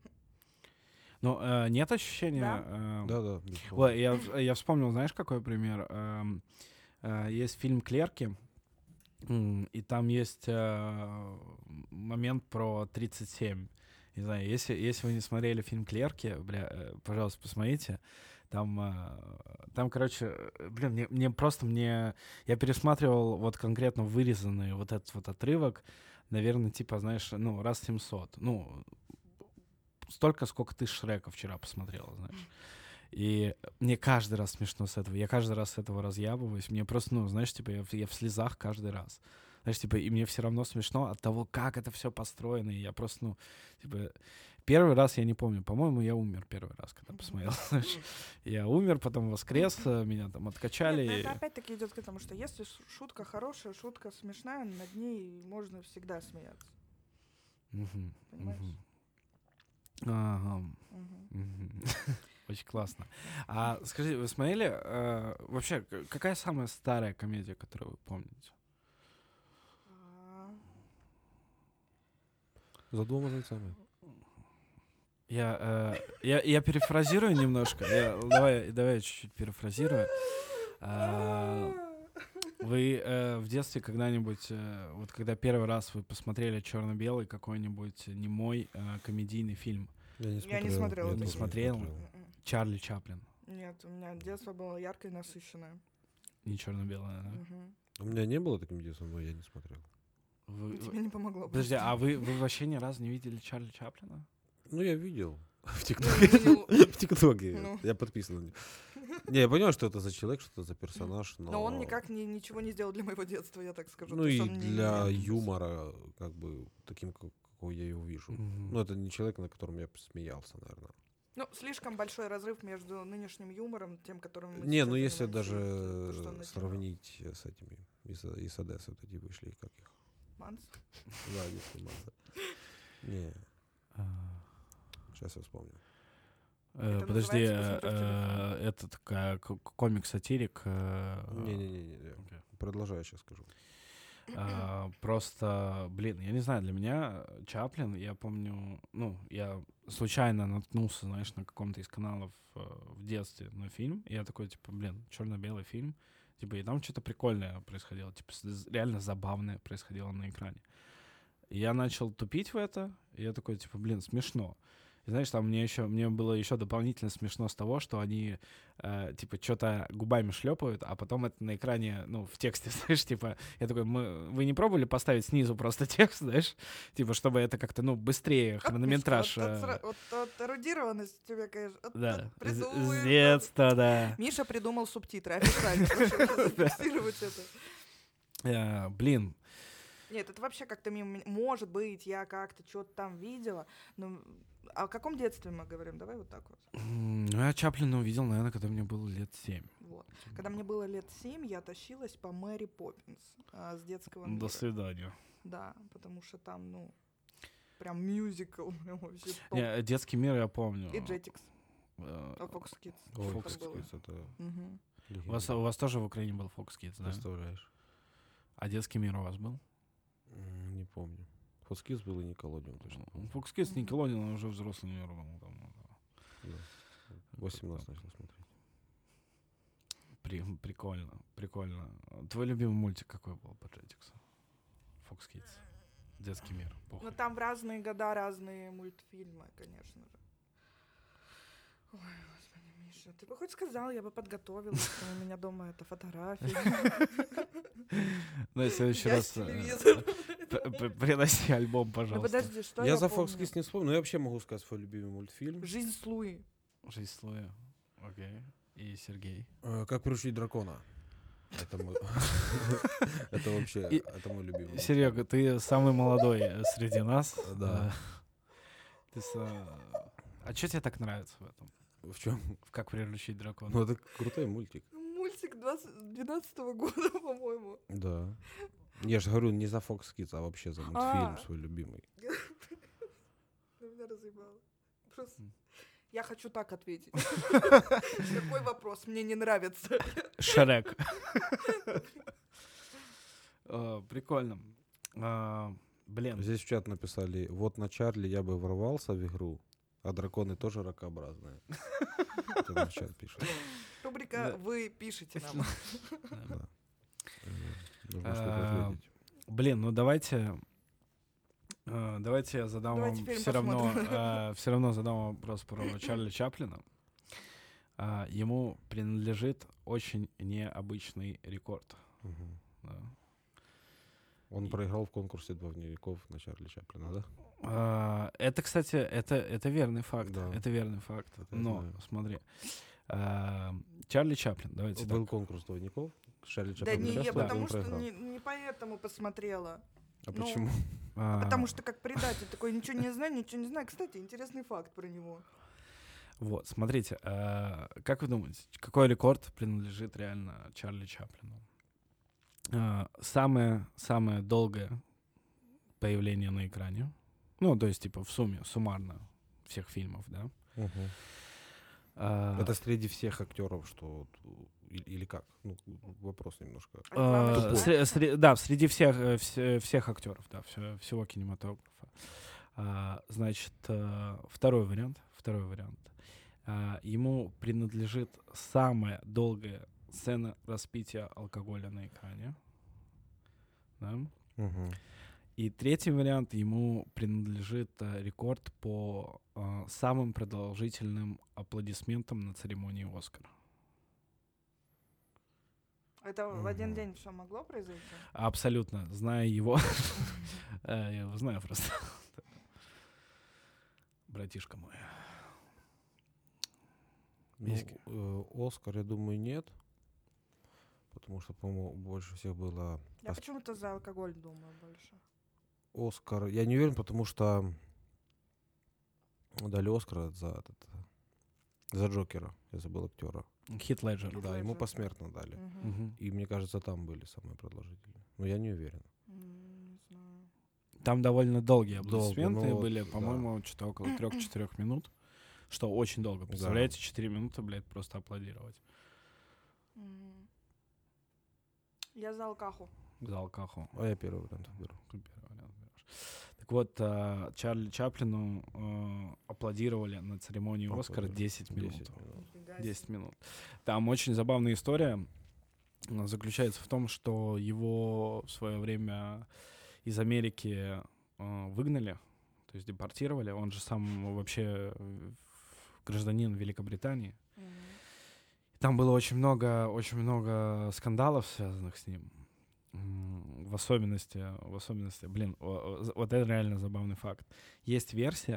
Ну, нет ощущения... Да. Ой, я вспомнил, знаешь, какой пример? Есть фильм «Клерки», и там есть момент про 37. Не знаю, если вы не смотрели фильм «Клерки», бля, пожалуйста, посмотрите. Там, короче, блин, я пересматривал вот конкретно вырезанный вот этот вот отрывок, наверное, типа, знаешь, ну, раз 700. Ну, столько, сколько ты Шрека вчера посмотрела, знаешь. И мне каждый раз смешно с этого. Я каждый раз с этого разъябываюсь. Мне просто, ну, знаешь, типа, я в слезах каждый раз. Знаешь, типа, и мне все равно смешно от того, как это все построено. И я просто, ну, типа, первый раз я не помню. По-моему, я умер первый раз, когда посмотрел. Я умер, потом воскрес, меня там откачали. Нет, это опять-таки идет к этому, что если шутка хорошая, шутка смешная, над ней можно всегда смеяться. Мгм. Понимаешь? Мгм. Ага. Мгм. Мгм. Очень классно. А скажите, вы смотрели вообще, какая самая старая комедия, которую вы помните? А, За двумя зайцами. Я перефразирую немножко. Давай я чуть-чуть перефразирую. А, Вы в детстве когда-нибудь, вот когда первый раз вы посмотрели черно-белый какой-нибудь немой комедийный фильм, Я не Я смотрел. не смотрела Я такие. не тоже смотрел? М-м. Чарли Чаплин. Нет, у меня детство было яркое и насыщенное. Не черно-белое, да? Мгм. У меня не было таким детством, но я не смотрел. Вы- Тебе не помогло. Подожди, просто. а вы вообще ни разу не видели Чарли Чаплина? Ну, я видел в Ну, ТикТоке. видел. В ТикТоке. Ну. Я подписан на него. Не, я понимаю, что это за человек, что это за персонаж, но... Но он никак ничего не сделал для моего детства, я так скажу. Ну То есть и он не для имел. юмора, как бы, таким, какой я его вижу. Мгм. Ну, это не человек, на котором я смеялся, наверное. Ну, слишком большой разрыв между нынешним юмором, тем, которым мы Не, сейчас ну если занимаемся, и даже то, что он начинал. сравнить с этими, из Одессы вот эти вышли, как их? Манс? Да, не снимался. Не, А, сейчас я вспомню. Это Подожди, называется «Посмотрю в телефон». это такая комик-сатирик. Не-не-не, Окей. продолжай, я сейчас скажу. Просто, блин, я не знаю, для меня Чаплин, я помню, ну, я случайно наткнулся, знаешь, на каком-то из каналов в детстве на фильм, и я такой, типа, блин, черно-белый фильм, типа, и там что-то прикольное происходило, типа, реально забавное происходило на экране. И я начал тупить в это, и я такой, типа, блин, смешно. И знаешь, там мне было еще дополнительно смешно с того, что они, типа, что-то губами шлепают, а потом это на экране, ну, в тексте, знаешь, типа, я такой, вы не пробовали поставить снизу просто текст, знаешь, типа, чтобы это как-то, ну, быстрее, хронометраж. Вот эрудированность у тебя, конечно. Да, с Придумываешь, детства, да. Миша придумал субтитры официально, чтобы зафиксировать это. Блин, Нет, это вообще как-то мимо меня. Может быть, я как-то что-то там видела, но о каком детстве мы говорим? Давай вот так вот. ну, я Чаплина увидел, наверное, когда мне было лет 7. Вот. Когда мне было лет 7, я тащилась по Мэри Поппинс с детского мира. До свидания. Да, потому что там, ну, прям мюзикл, прям вообще топ. Не, детский мир я помню. И Jetix, Э, Fox Kids. Ой, Там Fox было. Kids, это Мгм. У легенда. вас тоже в Украине был Fox Kids, да? Представляешь? А детский мир у вас был? Не помню. Fox Kids был и Nickelodeon точно. Ну, Fox Kids, Nickelodeon, он уже взрослый мир был. Там, Да. 18 начал смотреть. Прикольно. Твой любимый мультик какой был по Jetix? Fox Kids. Детский мир. Похуй. Ну, там в разные года разные мультфильмы, конечно же. Ой, господи, Миша, ты бы хоть сказал, я бы подготовилась, что у меня дома это фотографии. Ну, в следующий Я раз телевизор. приноси альбом, Ну, пожалуйста. подожди, что Я я за помню? Fox Kids не вспомню, но я вообще могу сказать свой любимый мультфильм. Жизнь с Луи. Жизнь слоя. Окей. И Сергей. Как приручить дракона. Это мой... Это вообще, И- это мой любимый. Серега, ты самый молодой среди нас. Да. Ты А что тебе так нравится в этом? В чем? В «Как приручить дракона»? Ну, это крутой мультик. Мультик 12-го года, по-моему. Да. Я же говорю, не за Fox Kids, а вообще за мультфильм А. свой любимый. Ты меня разъебала. Просто М. я хочу так ответить. Какой вопрос? Мне не нравится. Шрек. Прикольно. Блин. Здесь в чат написали, вот на Чарли я бы ворвался в игру, а драконы тоже ракообразные. Это в чат пишет. Рубрика «Вы пишете нам». Да. Нужно что-то ответить. Блин, ну давайте я задам Давайте вам фильм все равно, посмотрим. все равно задам вам вопрос про Чарли Чаплина. Ему принадлежит очень необычный рекорд. Мгм. Да. Он проиграл в конкурсе двойников на Чарли Чаплина, да? Это, кстати, это верный факт. Да. Это верный факт. Это я Но, знаю. смотри, Чарли Чаплин, давайте Был так. конкурс двойников, Чарли Да Чаплин не, я участвовал, и потому он что проиграл. не поэтому посмотрела. А ну, почему? Потому что как предатель такой, ничего не знаю. Кстати, интересный факт про него. Вот, смотрите, как вы думаете, какой рекорд принадлежит реально Чарли Чаплину? Самое долгое появление на экране, Ну, то есть, типа, в сумме, суммарно всех фильмов, да. Мгм. А, Это среди всех актеров, что вот, или как? Ну, вопрос немножко. Реклама Тупой. считается? да, среди всех актеров, да, всего кинематографа. Значит, второй вариант. Ему принадлежит самая долгая сцена распития алкоголя на экране. Да? Мгм. И третий вариант, ему принадлежит рекорд по самым продолжительным аплодисментам на церемонии «Оскар». Это в один Мгм. день все могло произойти? Абсолютно. Зная его, я его знаю просто. Братишка мой. Ну, Есть- Оскар, я думаю, нет. Потому что, по-моему, больше всех было Я почему-то за алкоголь думаю больше. Оскар. Я не уверен, потому что дали Оскара за Джокера. Я забыл актера. Хит Леджер. Хит Да, ему Леджер, да. посмертно дали. Мгм. Мгм. И мне кажется, там были самые продолжительные. Но я не уверен. Не знаю. Там довольно долгие Долго, аплодисменты ну вот, были, да. по-моему, что-то около 3-4 минут. Что очень долго. Представляете, 4 минуты, блядь, просто аплодировать. М. Я за алкаху. За алкаху. А я первый вариант выберу. Ты первый вариант берешь. Так вот, Чарли Чаплину аплодировали на церемонии «Оскара» 10 минут. 10 минут. Нифига 10 себе. минут. Там очень забавная история заключается в том, что его в свое время из Америки выгнали, то есть депортировали. Он же сам вообще гражданин Великобритании. Мгм. Там было очень много скандалов, связанных с ним. В особенности, блин, вот это реально забавный факт. Есть версия,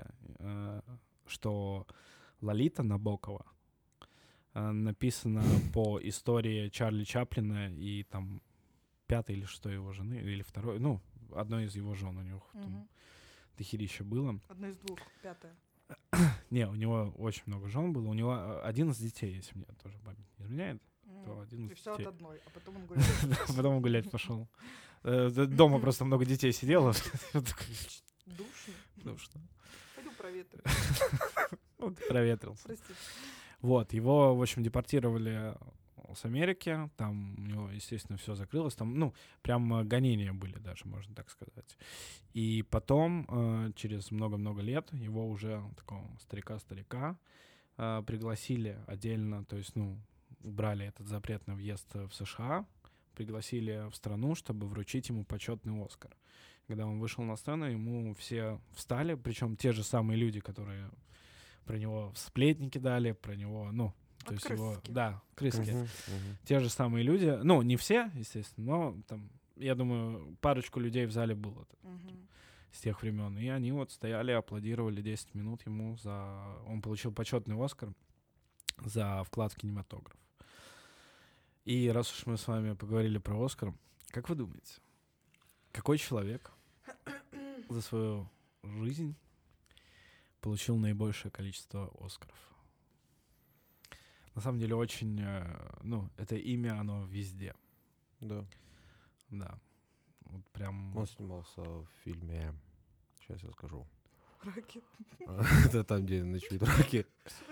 что Лолита Набокова написана по истории Чарли Чаплина и там пятой или шестой его жены, или второй, ну, одной из его жен, у него там Мгм. дохерища было. Одно из двух, пятое. Не, у него очень много жен было, у него 11 детей, если мне тоже память не изменяет. То М. 11 И все от детей. одной, а потом он гуляет. Да, потом он гулять пошел. Дома просто много детей сидело. Душно. Ну что, Пойду проветрю. вот проветрился. Простите. Вот, его, в общем, депортировали с Америки, там у него, естественно, все закрылось, там, ну, прям гонения были даже, можно так сказать. И потом, через много-много лет, его уже, такого старика-старика, пригласили отдельно, то есть, ну, убрали этот запрет на въезд в США, пригласили в страну, чтобы вручить ему почетный Оскар. Когда он вышел на сцену, ему все встали, причем те же самые люди, которые про него сплетники дали, про него, ну, то есть его, Крысики. да, крыски. Мгм, мгм. Те же самые люди, ну, не все, естественно, но там, я думаю, парочку людей в зале было Мгм. с тех времен. И они вот стояли, аплодировали 10 минут ему за... Он получил почетный Оскар за вклад в кинематограф. И раз уж мы с вами поговорили про Оскар, как вы думаете, какой человек за свою жизнь получил наибольшее количество Оскаров? На самом деле очень, ну, это имя, оно везде, Да. да. Вот прям... Он снимался в фильме. Сейчас я скажу. Раки. Это там, где ночуют раки.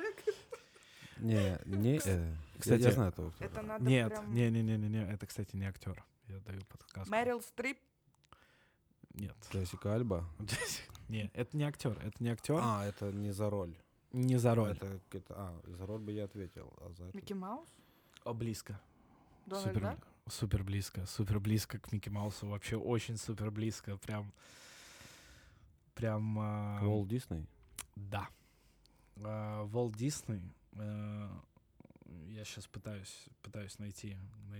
Не. Кстати, Я знаю этого актера. Это надо Нет, прям... не, это, кстати, не актер. Я даю подсказку. Мэрил Стрип. Нет. Джессика Альба. Нет, это не актер. Это не актер. А, это не за роль. Не за роль. За роль бы я ответил. А за это... Микки Маус. О, близко. Дональд Дак. Супер близко к Микки Маусу. Вообще очень супер близко. Прям... Уолт Дисней. Да. Уолт Дисней. Я сейчас пытаюсь найти.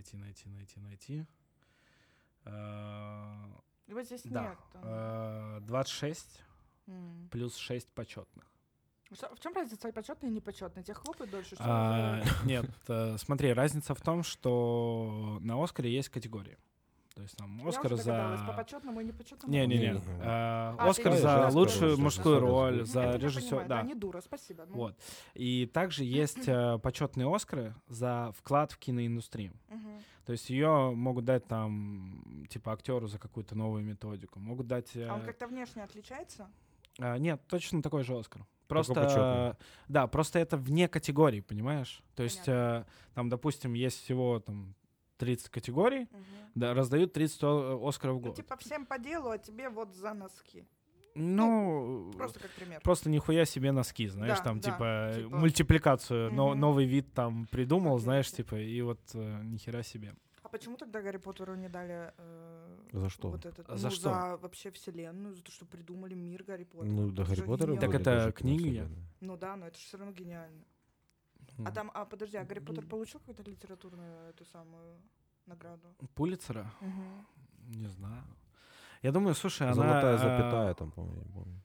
Его здесь Да. нет. там. 26 М. плюс 6 почетных. В чем разница почетный и непочетный? Тех хлопают дольше, что ли? Нет, смотри, разница в том, что на Оскаре есть категории. То есть там Я Оскар уже догадалась, по за... почетному и непочетному. Не-не-не. Не-не. Оскар ты за имеешь в виду лучшую Оскар, мужскую что роль, это за я режиссер. понимаю, Да. не дура, спасибо. Ну, Вот. И также есть почетные Оскары за вклад в киноиндустрию. мгм. То есть ее могут дать там, типа, актеру за какую-то новую методику. Могут дать... А он как-то внешне отличается? Нет, точно такой же Оскар. почетный. Просто, да, просто это вне категорий, понимаешь? То есть, Понятно. там, допустим, есть всего там 30 категорий, Мгм. да, раздают 30 Оскаров в Ну, год. типа всем по делу, а тебе вот за носки. Ну, Просто как пример. просто нихуя себе носки, знаешь, Да, там, да, типа, типа. мультипликацию, Мгм. новый вид там придумал, Окей, знаешь, окей. типа, и вот нихера себе. А почему тогда Гарри Поттеру не дали За что? вот этот, За ну, что? за вообще вселенную, за то, что придумали мир Гарри Поттера? Ну, до Это Гарри же Поттера гениально. Так были это тоже книги? киновселенные. Ну да, но это же все равно гениально. Мгм. А там, подожди, а Гарри Поттер получил какую-то литературную эту самую награду? Пулитцера? Мгм. Не знаю. Я думаю, слушай, она... Золотая запятая там, по-моему, я не помню.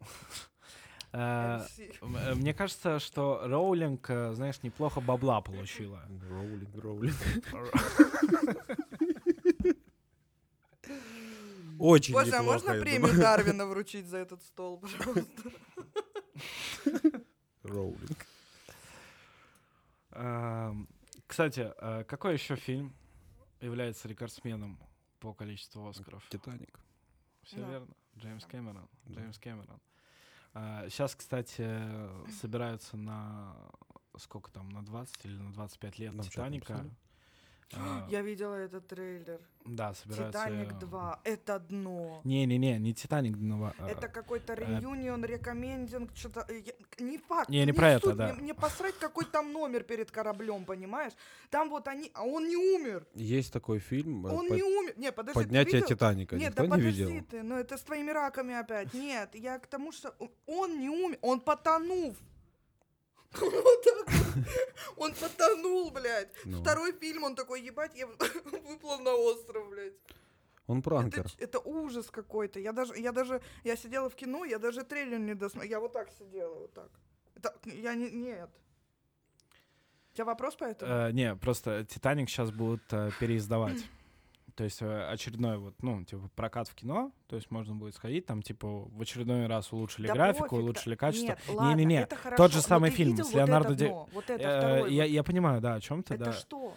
MC. Мне кажется, что Роулинг, знаешь, неплохо бабла получила. Роулинг. Очень Боже, а неплохо, можно я премию думаю. Дарвина вручить за этот стол, пожалуйста? Роулинг. Кстати, какой еще фильм является рекордсменом по количеству Оскаров? Титаник. Все Да. верно. Джеймс Да. Кэмерон. Да. Джеймс Кэмерон. Сейчас, кстати, собираются на сколько там, на 20 или на 25 лет Нам что, там Титаника. писали? Я видела этот трейлер. Да, собираются... Титаник 2. Это дно. Не-не-не, не Титаник 2. Это какой-то реюнион, рекомендинг, что-то... Не факт. Не про это, суть. да. Мне посрать, какой там номер перед кораблем, понимаешь? Там вот они... А он не умер. Есть такой фильм Он не умер. Не, подожди, ты «Поднятие видел? Титаника». Нет, Никто да не подожди видел? ты, ну это с твоими раками опять. Нет, я к тому, что он не умер, он потонув. Вот так вот. Он потонул, блядь. Ну. Второй фильм, он такой, ебать, я выплыл на остров, блядь. Он пранкер. Это ужас какой-то. Я сидела в кино, я даже трейлер не досмотрела. Я вот так сидела, вот так. Нет. У тебя вопрос по этому? Не, просто Титаник сейчас будут переиздавать. То есть очередной вот, ну, типа, прокат в кино, то есть можно будет сходить, там, типа, в очередной раз улучшили Да графику, пофиг-то. улучшили качество. Нет, ладно, Не-не-не, это хорошо, тот же но самый ты фильм видел с Леонардо Ди... Вот это второй. Я понимаю, да, о чем ты, Это да. что?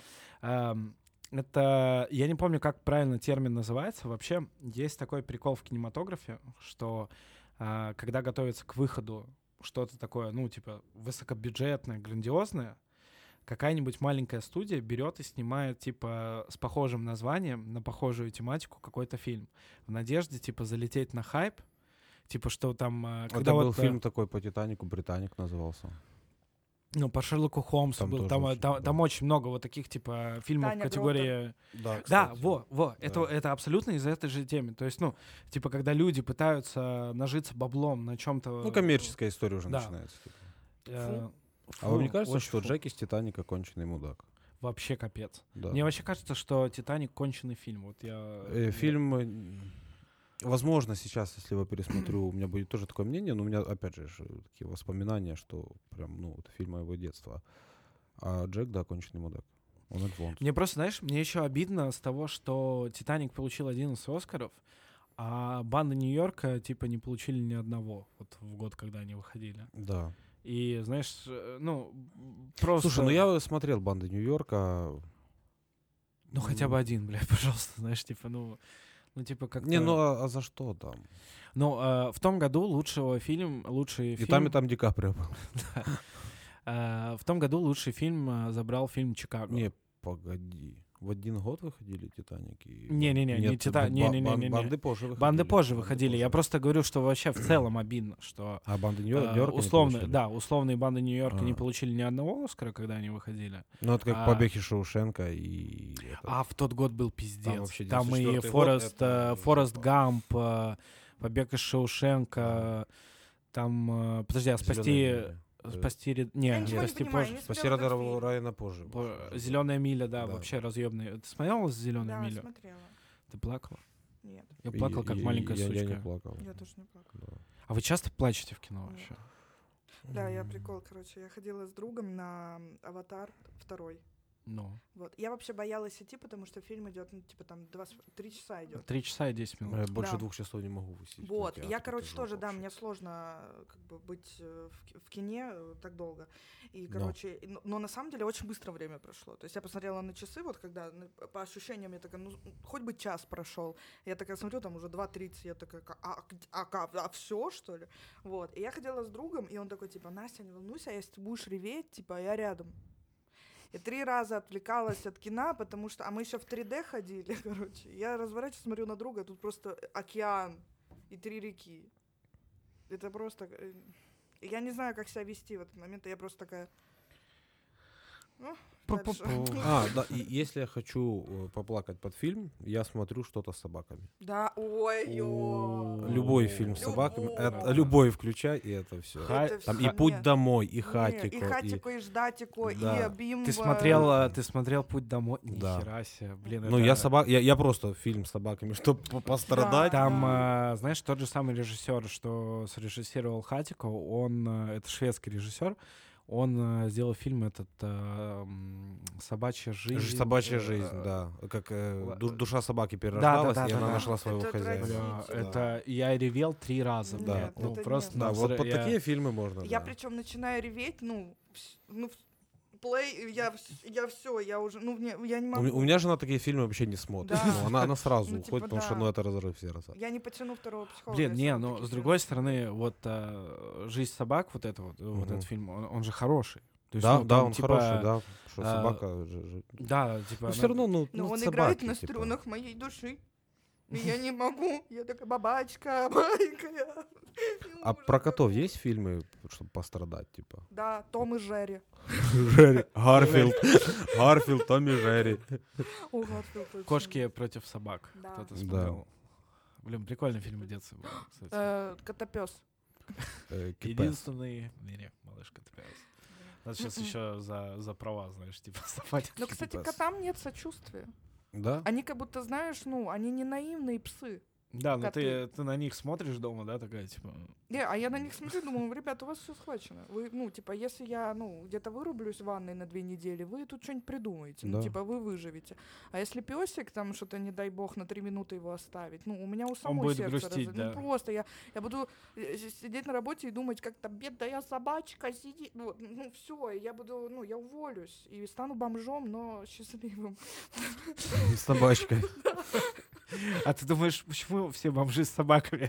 Это, я не помню, как правильно термин называется. Вообще, есть такой прикол в кинематографе, что когда готовится к выходу что-то такое, ну, типа, высокобюджетное, грандиозное, какая-нибудь маленькая студия берет и снимает, типа, с похожим названием, на похожую тематику какой-то фильм. В надежде, типа, залететь на хайп. Типа, что там... когда Это был вот, фильм такой по «Титанику», «Британик» назывался. ну, по Шерлоку Холмсу Там был. тоже Там, очень, там, да. там очень много вот таких, типа, фильмов Таня категории... Да, Да, кстати. во, Да. это абсолютно из этой же темы. То есть, ну, типа, когда люди пытаются нажиться баблом на чем-то... Ну, коммерческая история уже Да. начинается. типа. Фу, А вам не кажется, очень что фу. Джек из «Титаника» конченый мудак? Вообще капец. Да. Мне вообще кажется, что «Титаник» конченый фильм. Вот я... Фильм, возможно, сейчас, если его пересмотрю, у меня будет тоже такое мнение, но у меня, опять же, такие воспоминания, что прям, ну, это фильм моего детства. А Джек, да, конченый мудак. Он Альфонс. Мне просто, знаешь, мне еще обидно с того, что «Титаник» получил 11 «Оскаров», а «Банда Нью-Йорка» типа не получили ни одного вот в год, когда они выходили. Да. И, знаешь, ну, просто... Слушай, ну я смотрел «Банды Нью-Йорка». Ну, хотя бы один, блядь, пожалуйста, знаешь, типа, ну типа, как-то... Не, ну а за что там? Ну, в том году лучший И фильм... там Ди Каприо был. В том году лучший фильм забрал фильм «Чикаго». Не, погоди. В один год выходили «Титаник» и... Не-не-не, не Нет, не-не-не-не-не. «Банды» позже выходили. «Банды» позже выходили. Я позже. просто говорю, что вообще в целом обидно, что... А «Банды Нью-Йорка» не условно, получили? да, условные «Банды Нью-Йорка» не А. получили ни одного «Оскара», когда они выходили. Ну, это как А. «Побег из Шоушенка» и... А в тот год был пиздец. вообще Там и 94-й год, это Форест жопа. Гамп, «Побег из Шоушенка», там... Подожди, а спасти... Не, Я ничего не спасти понимаю, позже. не «Спаси смотрела этот Райана фильм. Райана» позже. «Зеленая миля», да, Да. вообще разъемный. Ты смотрела «Зеленую Да, милю»? смотрела. Ты плакала? Нет, Я плакал, как маленькая Я сучка. не плакал. я тоже не плакала. Да. А вы часто плачете в кино Нет. вообще? Да, я прикол, короче. Я ходила с другом на «Аватар» 2. Ну, Вот. Я вообще боялась идти, потому что фильм идет, ну, типа там 3 часа идет. 3 часа и 10 минут. Я больше Да. 2 часов не могу высидеть. в Вот, кинотеатре, я, это короче, жопа тоже, да, вообще. мне сложно как бы быть в кине так долго. И, Но. короче, но на самом деле очень быстро время прошло. То есть я посмотрела на часы, вот когда по ощущениям я такая, ну, хоть бы час прошел. Я такая смотрю, там уже 2:30, я такая, а все, что ли? Вот, и я ходила с другом, и он такой, типа, Настя, не волнуйся, если ты будешь реветь, типа, я рядом. И 3 раза отвлекалась от кино, потому что... А мы еще в 3D ходили, короче. Я разворачиваюсь, смотрю на друга, тут просто океан и 3 реки. Это просто... Я не знаю, как себя вести в этот момент, и я просто такая... Ну, дальше. Да, и если я хочу поплакать под фильм, я смотрю что-то с собаками. Да, ой-ё. Любой фильм с собаками, Любой. любой включай, и это все. Это Там всё, и «Путь нет. домой», и Не, «Хатико», и Хатико, и Ждатико, Да. и Бимба. Ты смотрел «Путь домой»? Да. Нихера себе. Блин, Ну, это... я просто фильм с собаками, чтобы пострадать. Там, Да. знаешь, тот же самый режиссер, что срежиссировал «Хатико», он, это шведский режиссер, он сделал фильм этот «Собачья жизнь». «Собачья жизнь», да. Как душа собаки перерождалась, да, и да, она да. нашла своего Это хозяина. отвратительно. Бля, это я ревел 3 раза, Нет, блядь. Ну, это просто... нет. Да, на вот взрыв- под я- такие фильмы можно, Я да. причем начинаю реветь, плей, я все, я уже, я не могу. У меня жена такие фильмы вообще не смотрит. Да. Ну, она сразу Ну, уходит, типа, потому что да. это разрыв сердца. Я не потяну второго психолога. Блин, если не, он но такие с фильмы другой смотрит. стороны, вот «Жизнь собак», вот Мгм. этот фильм, он же хороший. То есть, Да, ну, да, там, он типа, хороший, да. Что а, собака... Да, типа... Ну, она- все равно, Но он собаки, играет на типа. струнах моей души. И я не могу. Я такая бабачка маленькая. А про котов есть фильмы, чтобы пострадать, типа? Да, Том и Джерри. Джерри, Гарфилд, Том и Джерри. О, Гарфилд, точно. «Кошки против собак». Да. Кто-то Да. смотрел. Блин, прикольный фильм в детстве был, кстати. Котопес. Кипес. Единственный в мире малыш Котопес. Надо сейчас еще за права, знаешь, типа вставать. Ну, кстати, Кипес. котам нет сочувствия. Да? Они как будто, знаешь, они не наивные псы. Да, но коты. ты на них смотришь дома, да, такая, типа... Не, а я на них смотрю, думаю, ребята, у вас все схвачено. Вы, типа, если я, где-то вырублюсь в ванной на 2 недели, вы тут что-нибудь придумаете. Да. Типа, вы выживете. А если песик, там что-то, не дай бог, на 3 минуты его оставить, у меня у самой будет сердце грустить, да. Ну, просто я буду сидеть на работе и думать, как там бедная собачка сидит. Все, я буду, я уволюсь и стану бомжом, но счастливым. С собачкой. А ты думаешь, почему все бомжи с собаками?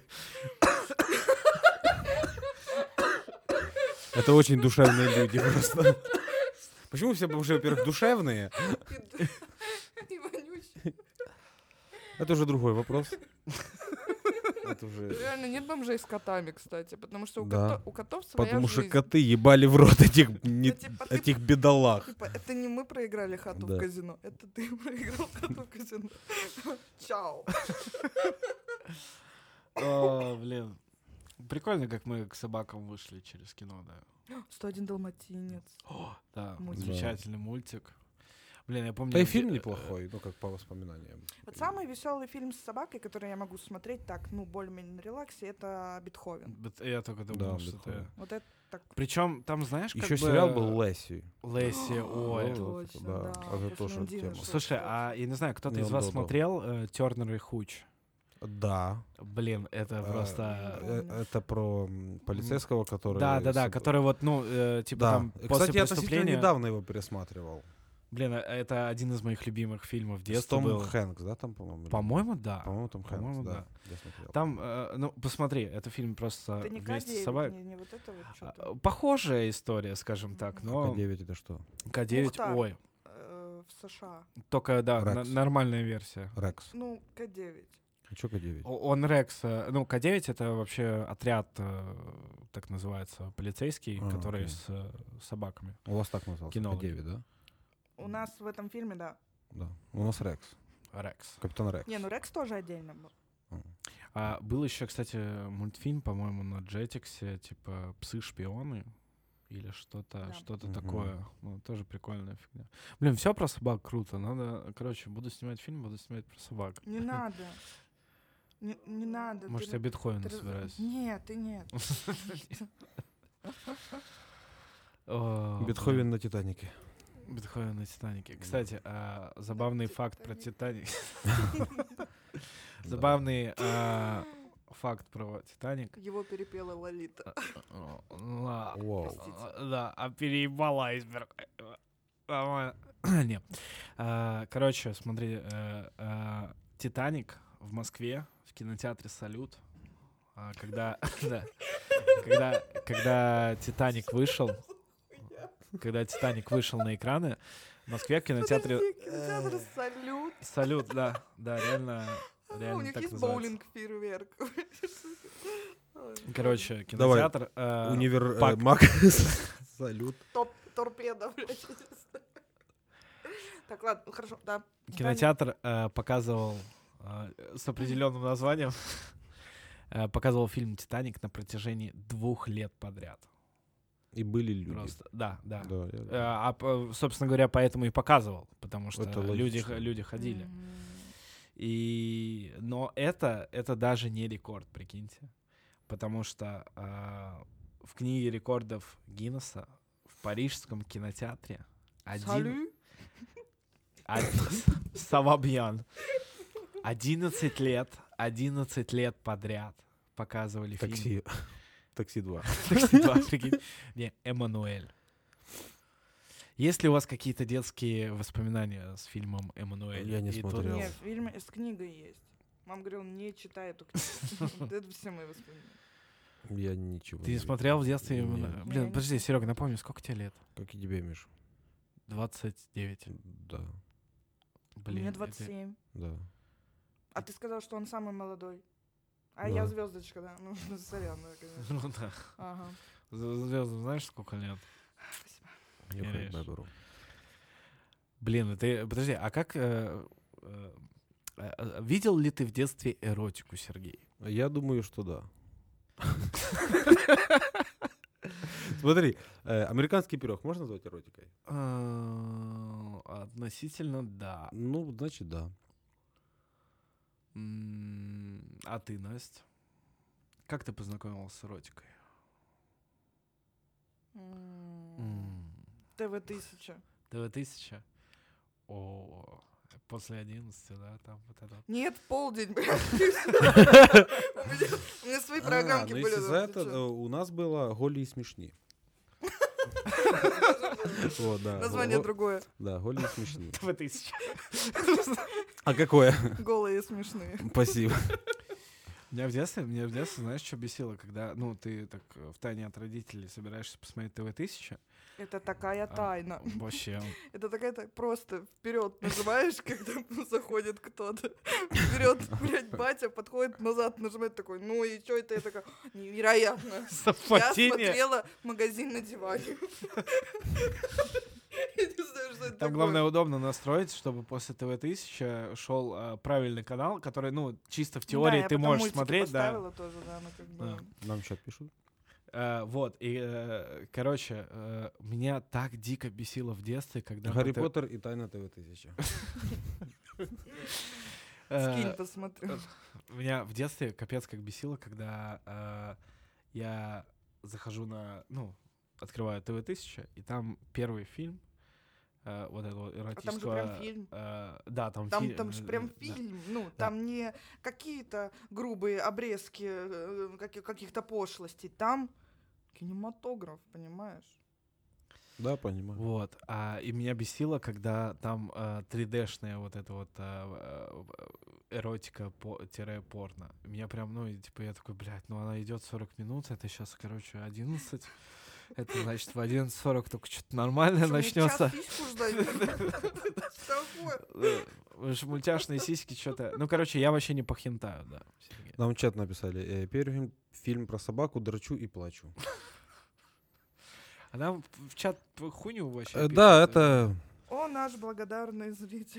Это очень душевные люди просто. Почему все бомжи, во-первых, душевные? И вонючий. Это уже другой вопрос. Это уже... Реально нет бомжей с котами, кстати, потому что Да. у котов своя Потому что жизнь. коты ебали в рот этих типа, ты- этих бедолаг. Типа, это не мы проиграли хату Да. в казино, это ты проиграл хату в казино. Чао. О, блин. Прикольно, как мы к собакам вышли через кино, да. 101 далматинец. Да, Мультик. замечательный мультик. Блин, я помню... Да и где- фильм неплохой, как по воспоминаниям. Вот самый веселый фильм с собакой, который я могу смотреть так, более-менее на релаксе, это «Бетховен». Я только думал, Да, что Бетховен. ты... Вот это так. Причем там, знаешь, как Еще бы... сериал был «Лесси». Лесси, ой. Точно, да, да. это после тоже Мандины тема. что-то. Слушай, а я не знаю, кто-то из Неон вас Додо. смотрел «Тернер и Хуч»? Да. Блин, это просто... Это про полицейского, который... Да, который вот, типа Да. там Кстати, после я относительно преступления... недавно его пересматривал. Блин, это один из моих любимых фильмов С детства Томом был. Хэнкс, да, там, по-моему? или- По-моему, да. По-моему, Том Хэнкс, По-моему, да. да. Я смотрел. Там, посмотри, это фильм просто Это не вместе с К9, собой. не вот это вот что-то. Похожая история, скажем так, но К9 это что? К9, Мухтар. ой, В США. только, да, Рекс. нормальная версия. Рекс. К9. А что К9? Он Рекс, К9 это вообще отряд, так называется, полицейский, А, который окей. с собаками. У вас так назывался? Кинологи. К9, да? У нас в этом фильме, да. Да. У нас Рекс. Рекс. Капитан Рекс. Не, Рекс тоже отдельно был. А был еще, кстати, мультфильм, по-моему, на Jetix, типа «Псы-шпионы» или что-то Мгм. такое. Ну, тоже прикольная фигня. Блин, все про собак круто. Надо, короче, буду снимать фильм, буду снимать про собак. Не надо. Не надо. Может, ты- я Бетховена ты раз- собираюсь. Нет, ты нет. О, Бетховен на Титанике. Бетховен на Титанике. Кстати, забавный факт про Титаник. Забавный факт про Титаник. Его перепела Лолита. Вау. Да, переебал айсберг. Нет. Короче, смотри, Титаник в Москве в кинотеатре «Салют», когда Титаник вышел на экраны, в Москве в кинотеатре... Кинотеатр «Салют». «Салют», да, реально У них так есть называется. боулинг-фейерверк. Короче, кинотеатр... Универ Мак. Салют. Торпеда, блядь. Так, ладно, хорошо, да. Кинотеатр показывал с определенным названием, показывал фильм «Титаник» на протяжении 2 лет подряд. И были люди. Просто, да. Да, я- Собственно говоря, поэтому и показывал, потому что Это люди логично. ходили. Но это даже не рекорд, прикиньте. Потому что в книге рекордов Гиннесса в парижском кинотеатре Салют. Савабьян 11 лет подряд показывали фильм. Такси 2. Такси 2, прикинь. Не, Эммануэль. Есть ли у вас какие-то детские воспоминания с фильмом «Эммануэль»? Я не И тут- смотрел. Нет, в фильме с книгой есть. Мама говорила, не читай эту книгу. Это все мои воспоминания. Я ничего Ты не видел. смотрел в детстве? Нет. «Эммануэль»? Не, Блин, не подожди, Серега, напомни, сколько тебе лет? Как и тебе, Миш. 29. Да, Блин. Мне это- 27. да. А ты сказал, что он самый молодой. А Да. я звездочка, да. Ну, сорян, да, конечно. Ну да. Ага. Звездам знаешь, сколько лет? Спасибо. Я Конечно. хоть наберу. Блин, ты... Подожди, а как... видел ли ты в детстве эротику, Сергей? Я думаю, что да. Смотри, американский пирог можно назвать эротикой? Относительно, да. Ну, значит, да. А ты, Настя? Как ты познакомилась с эротикой? ТВ-1000. ТВ-1000? О, после 11, да, там вот это. Нет, полдень, блядь. У меня свои программки Ну, были. если за да, это, ты чё? у нас было «Голі и смешни». Вот, да. Название другое. Да, «Голі и смешни». ТВ-1000. А какое? Голые и смешные. Спасибо. Меня в детстве, знаешь, что бесило, когда, ну, ты так втайне от родителей собираешься посмотреть ТВ-1000. Это такая тайна. Вообще. Это такая просто вперед нажимаешь, когда заходит кто-то. Вперед, блядь, батя подходит назад, нажимает такой, ну и что это? Я такая, невероятно. Я Совпадение. смотрела «Магазин на диване». Я не знаю, что это Там такое. главное удобно настроить, чтобы после ТВ-1000 шел правильный канал, который, ну, чисто в теории я ты потом можешь мультики смотреть, да. поставила тоже, да, ну как бы. Да. Нам чат пишут. Вот, и, короче, меня так дико бесило в детстве, когда... Гарри Поттер и Тайна ТВ-1000. Скинь, посмотрю. Меня в детстве капец как бесило, когда я захожу на, ну, открываю ТВ-1000, и там первый фильм, вот этого эротического... там же прям фильм. Да, там фильм. Там же прям фильм, ну, там не какие-то грубые обрезки каких-то пошлостей, там кинематограф, понимаешь? Да, понимаю. Вот, и меня бесило, когда там 3D-шная вот эта вот эротика-порно. Меня прям, ну, и, типа, я такой, блядь, ну она идет 40 минут, это сейчас, короче, 11. Это значит, в 11:40 только что-то нормальное Что, мне начнется. час письку ждать? Что такое? Мультяшные сиськи, что-то. Ну, короче, я вообще не по хентаю, да. Сергей. Нам в чат написали. Первый фильм про собаку, драчу и плачу. А нам в чат хуйню вообще пишут. Да, это... О, наш благодарный зритель.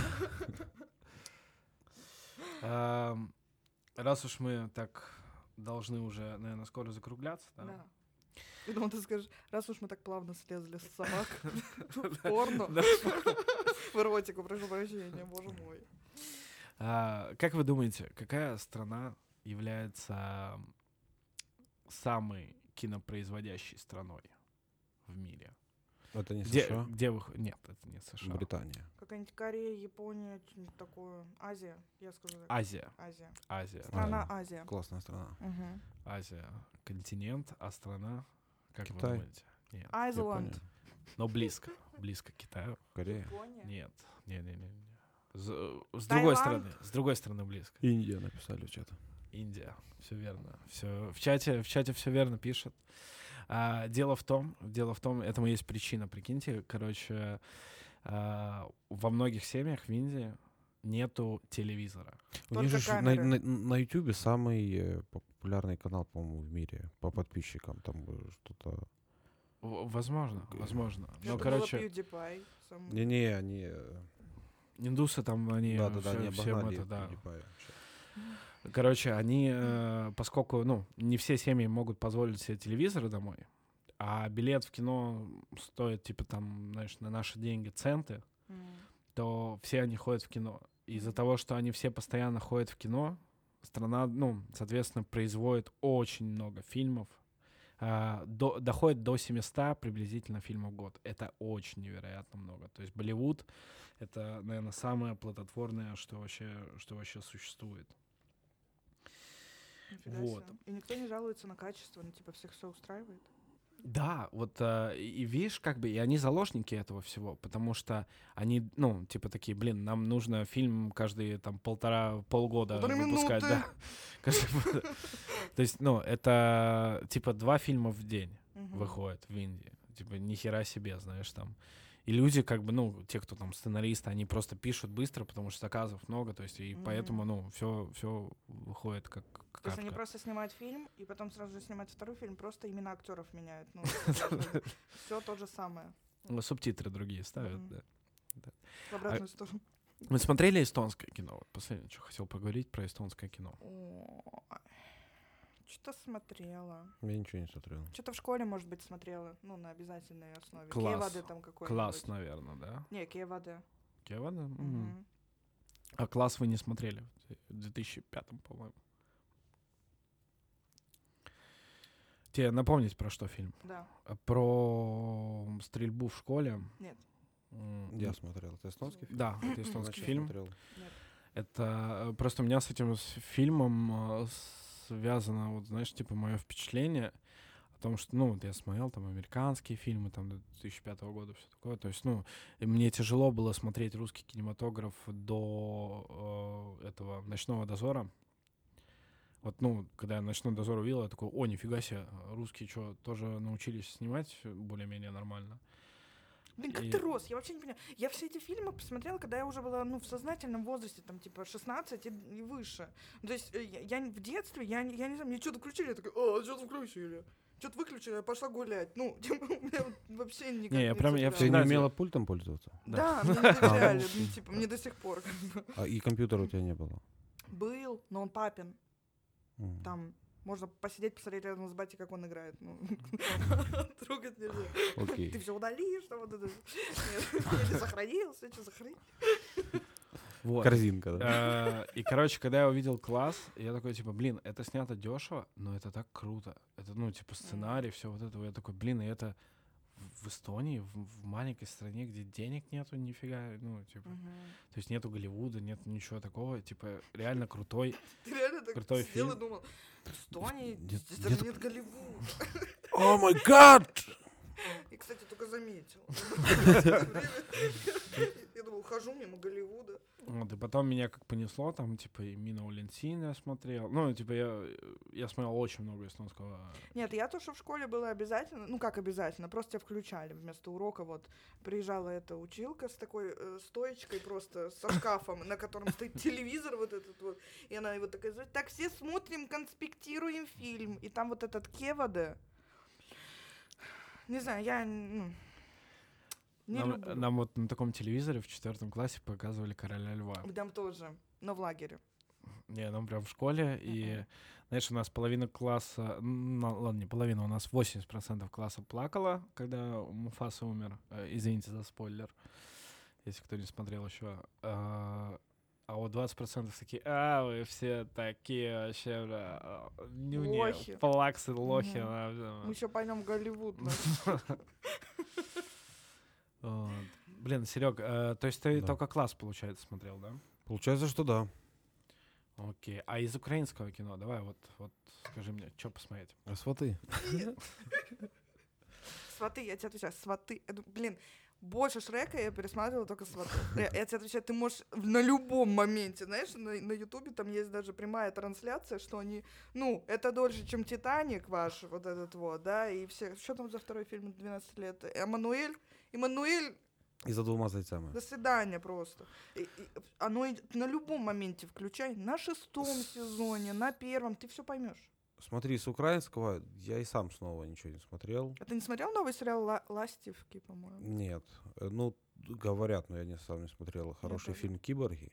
Раз уж мы так должны уже, наверное, скоро закругляться, да? Да. Я думал, ты скажешь, раз уж мы так плавно слезли с собак в порно, Да. в эротику, прошу прощения, боже мой. Как вы думаете, какая страна является самой кинопроизводящей страной в мире? Это не Где, США, где вы... Нет, это не США. Британия. Какая-нибудь Корея, Япония, что-нибудь такое. Азия, я скажу так. Азия. Азия. Азия. Страна Азия. Классная страна. Мгм. Азия. Континент, а страна? Как Китай. вы думаете? Нет. Айзланд. Япония, Но близко. Близко к Китаю. Корея. Япония. Нет. Не. С другой Таиланд? стороны. С другой стороны близко. Индия написали в чат. Индия. Все верно. Все в чате все верно пишет. Дело в том, этому есть причина, прикиньте, короче, во многих семьях в Индии нету телевизора. У Только них же камеры. на YouTube самый популярный канал, по-моему, в мире по подписчикам. Там что-то... Возможно. Я Ну, думала, короче, PewDiePie. Сам- Не-не, они... индусы там, они Да-да-да, они всем обогнали это, да. PewDiePie. Короче, они, поскольку, не все семьи могут позволить себе телевизоры домой, а билет в кино стоит, типа, там, знаешь, на наши деньги центы, М. то все они ходят в кино. Из-за того, что они все постоянно ходят в кино, страна, соответственно, производит очень много фильмов, доходит до 700 приблизительно фильмов в год. Это очень невероятно много. То есть Болливуд — это, наверное, самое плодотворное, что вообще существует. Нифига Вот. себе. И никто не жалуется на качество, типа всех все устраивает. Да, вот и видишь, как бы, и они заложники этого всего, потому что они, типа такие, блин, нам нужно фильм каждые там полгода 1,5 выпускать, минуты. да. То есть, это типа 2 фильма в день Мгм. выходят в Индии. Типа, ни хера себе, знаешь, там. И люди, как бы, те, кто там сценаристы, они просто пишут быстро, потому что заказов много, то есть, и Мгм. поэтому, все выходит как То есть они капка. просто снимают фильм, и потом сразу же снимают второй фильм, просто имена актеров меняют. Все то же самое. Субтитры другие ставят, Мгм. да. В обратную сторону. Вы смотрели эстонское кино? Вот последнее, что хотел поговорить про эстонское кино. Что-то смотрела. Я ничего не смотрел. Что-то в школе, может быть, смотрела. На обязательной основе. Класс. Киеваде там какой-нибудь. Класс, наверное, да? Не, Киеваде. Киевада? Мгм. А класс вы не смотрели? В 2005, по-моему. Тебе напомнить, про что фильм? Да. Про стрельбу в школе. Нет. Я смотрел. Это эстонский фильм? Да, это эстонский Значит, фильм. смотрел. Это просто у меня с этим фильмом связано, вот, знаешь, типа, мое впечатление о том, что, вот я смотрел там американские фильмы, там, до 2005 года, все такое, то есть, и мне тяжело было смотреть русский кинематограф до этого «Ночного дозора». Вот, когда я «Ночной дозор» увидел, я такой, о, нифига себе, русские что, тоже научились снимать более-менее нормально. Блин, как И- ты рос? Я вообще не понимаю. Я все эти фильмы посмотрела, когда я уже была, в сознательном возрасте, там, типа, 16 и выше. То есть я в детстве, я не знаю, мне что-то включили, я такая, что-то включили. Что-то выключили, я пошла гулять. Типа, у меня вот вообще никак Не, я прям- я цепляло. Ты не всегда умела пультом пользоваться? Да, мне не доверяли, типа, мне до сих пор. И компьютера у тебя не было? Был, но он папин. М. Там можно посидеть, посмотреть рядом с батей, как он играет. Трогать нельзя. Окей. Ты все удалишь, что вот это. Нет, я не сохранился, что сохранить. Вот. Корзинка, да? И, короче, когда я увидел класс, я такой, типа, блин, это снято дешево, но это так круто. Это, типа, сценарий, все вот это. Я такой, блин, и это в Эстонии, в маленькой стране, где денег нету нифига, типа, то есть нету Голливуда, нет ничего такого, типа, реально крутой. Ты реально так Крутой сидел и фильм. думал, в Эстонии Нет, здесь нет. даже нет Голливуда. О май гад! И, кстати, только заметил. Я думал, хожу мимо Голливуда. Вот, и потом меня как понесло, там, типа, и Мина Улинсин я смотрел. Типа, я смотрел очень много эстонского. Нет, я то, что в школе было обязательно, как обязательно, просто тебя включали вместо урока, вот, приезжала эта училка с такой стоечкой просто, со шкафом, на котором стоит телевизор вот этот вот, и она его такая говорит, так, все смотрим, конспектируем фильм, и там вот этот Кеваде, не знаю, я, не люблю. Нам вот на таком телевизоре в 4 классе показывали «Короля льва». Там тоже, но в лагере. Не, нам прям в школе, и, знаешь, у нас половина класса, ладно, не половина, у нас 80% класса плакала, когда Муфаса умер. Извините за спойлер, если кто не смотрел еще. А вот 20% такие, вы все такие вообще, Лохи. плаксы, лохи. Мы еще пойдем в Голливуд. Вот. Блин, Серег, то есть ты Да. только «Класс», получается, смотрел, да? Получается, что да. Окей. А из украинского кино, давай вот скажи мне, что посмотреть? Сваты. «Сваты», я тебе отвечаю, «Сваты». Блин, больше Шрека я пересматривала только «Сваты». Я тебе отвечаю, ты можешь на любом моменте, знаешь, на Ютубе там есть даже прямая трансляция, что они, это дольше, чем «Титаник» ваш, вот этот вот, да, и все. Что там за второй фильм 12 лет? Эммануэль, И за 2 зайцами. до свидания просто. Оно на любом моменте включай, на 6 сезоне, на 1, ты все поймешь. Смотри, с украинского я и сам снова ничего не смотрел. А ты не смотрел новый сериал «Ластівки», по-моему? Нет. Говорят, но я сам не смотрел. Хороший тоже. фильм «Киборги».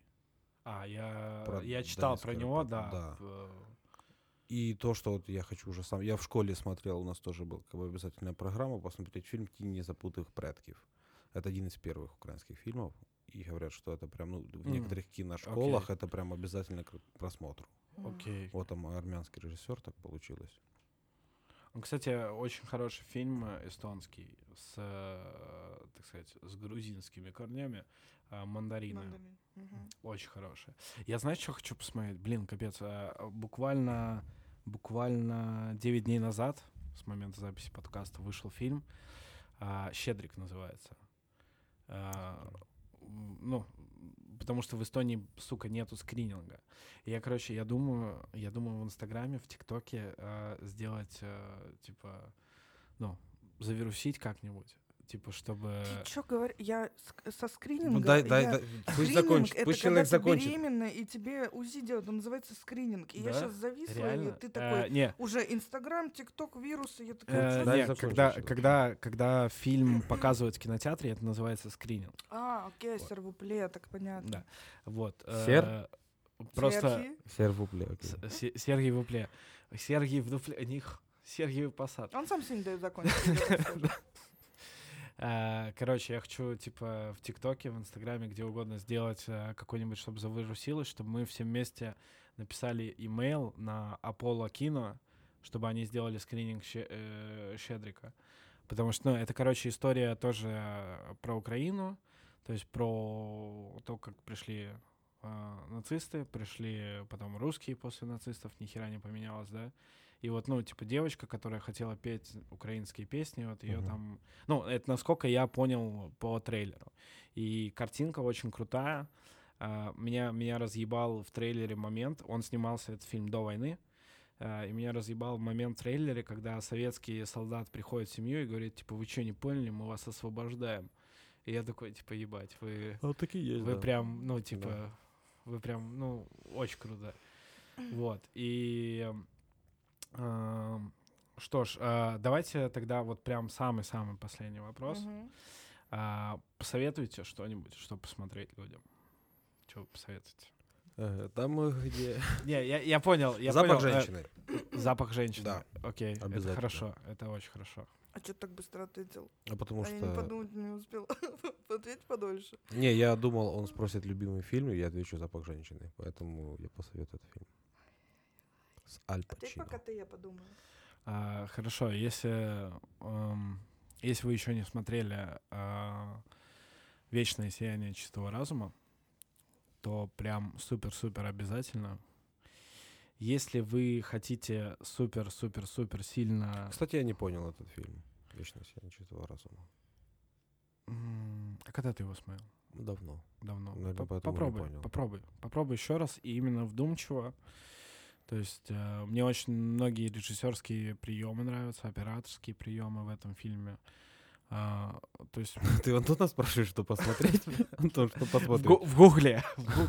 Я читал про Донецкий него, аэропорт, да. да. И то, что вот я хочу уже сам... Я в школе смотрел, у нас тоже была как бы обязательная программа посмотреть фильм «Тень незапутанных предков». Это один из первых украинских фильмов. И говорят, что это прям, в некоторых киношколах это прям обязательно к просмотру. Окей. Вот там армянский режиссер, так получилось. Кстати, очень хороший фильм эстонский с, так сказать, с грузинскими корнями. «Мандарины». Мандарин. Мгм. Очень хороший. Я, знаешь, что хочу посмотреть? Блин, капец. Буквально 9 дней назад, с момента записи подкаста, вышел фильм. «Щедрик» называется. Потому что в Эстонии, сука, нету скрининга. И я думаю в Инстаграме, в ТикТоке сделать, завирусить как-нибудь. Чтобы... Ты что говоришь? Я со скрининга... Дай, пусть скрининг — закончит, это пусть когда человек ты закончит. беременна, и тебе УЗИ делают, он называется скрининг. И я Да? сейчас зависла, Реально? и ты такой, Не, уже Инстаграм, ТикТок, вирусы, я такая... Дай нет, закончить. когда фильм показывают в кинотеатре, это называется скрининг. Окей, сервупле, так понятно. Да. Вот. Сер? Просто Сервупле. Сергей Вупле. Сергей в дупле. Сергей Посад. Он сам сегодня дает закончить. Короче, я хочу, в ТикТоке, в Инстаграме, где угодно сделать какой-нибудь, чтобы завирусилось, чтобы мы все вместе написали имейл на Apollo Кино, чтобы они сделали скрининг Щедрика. Потому что, это, история тоже про Украину, то есть про то, как пришли нацисты, пришли потом русские после нацистов, ни хера не поменялось, да. И вот, девочка, которая хотела петь украинские песни, вот ее там... это насколько я понял по трейлеру. И картинка очень крутая. Меня разъебал в трейлере момент. Он снимался, этот фильм, до войны. И меня разъебал момент в трейлере, когда советский солдат приходит в семью и говорит, вы что, не поняли, мы вас освобождаем. И я такой, ебать, вы... Вот такие есть, Вы да. прям, Да. вы прям, очень круто. Вот. И... Что ж, давайте тогда вот прям самый-самый последний вопрос. Мгм. Посоветуйте что-нибудь, что посмотреть людям. Что вы посоветуете? Там где... Не, я понял. Запах женщины. Запах женщины. Да. Окей, это Обязательно. хорошо, это очень хорошо. А что так быстро ответил? А потому Я не что... подумать не успел. Ответь подольше. Не, я думал, он спросит любимый фильм, и я отвечу «Запах женщины». Поэтому я посоветую этот фильм. С Аль Ответь Пачино. пока ты, я подумаю. Хорошо, если вы еще не смотрели «Вечное сияние чистого разума», то прям супер-супер обязательно. Если вы хотите супер-супер-супер сильно... Кстати, я не понял этот фильм. «Вечное сияние чистого разума». А когда ты его смотрел? Давно. Давно. Наверное, поэтому не понял. Попробуй еще раз, и именно вдумчиво. То есть мне очень многие режиссерские приемы нравятся, операторские приемы в этом фильме. То есть... Ты Антона спрашиваешь, что посмотреть? Антон, что посмотреть? В Гугле.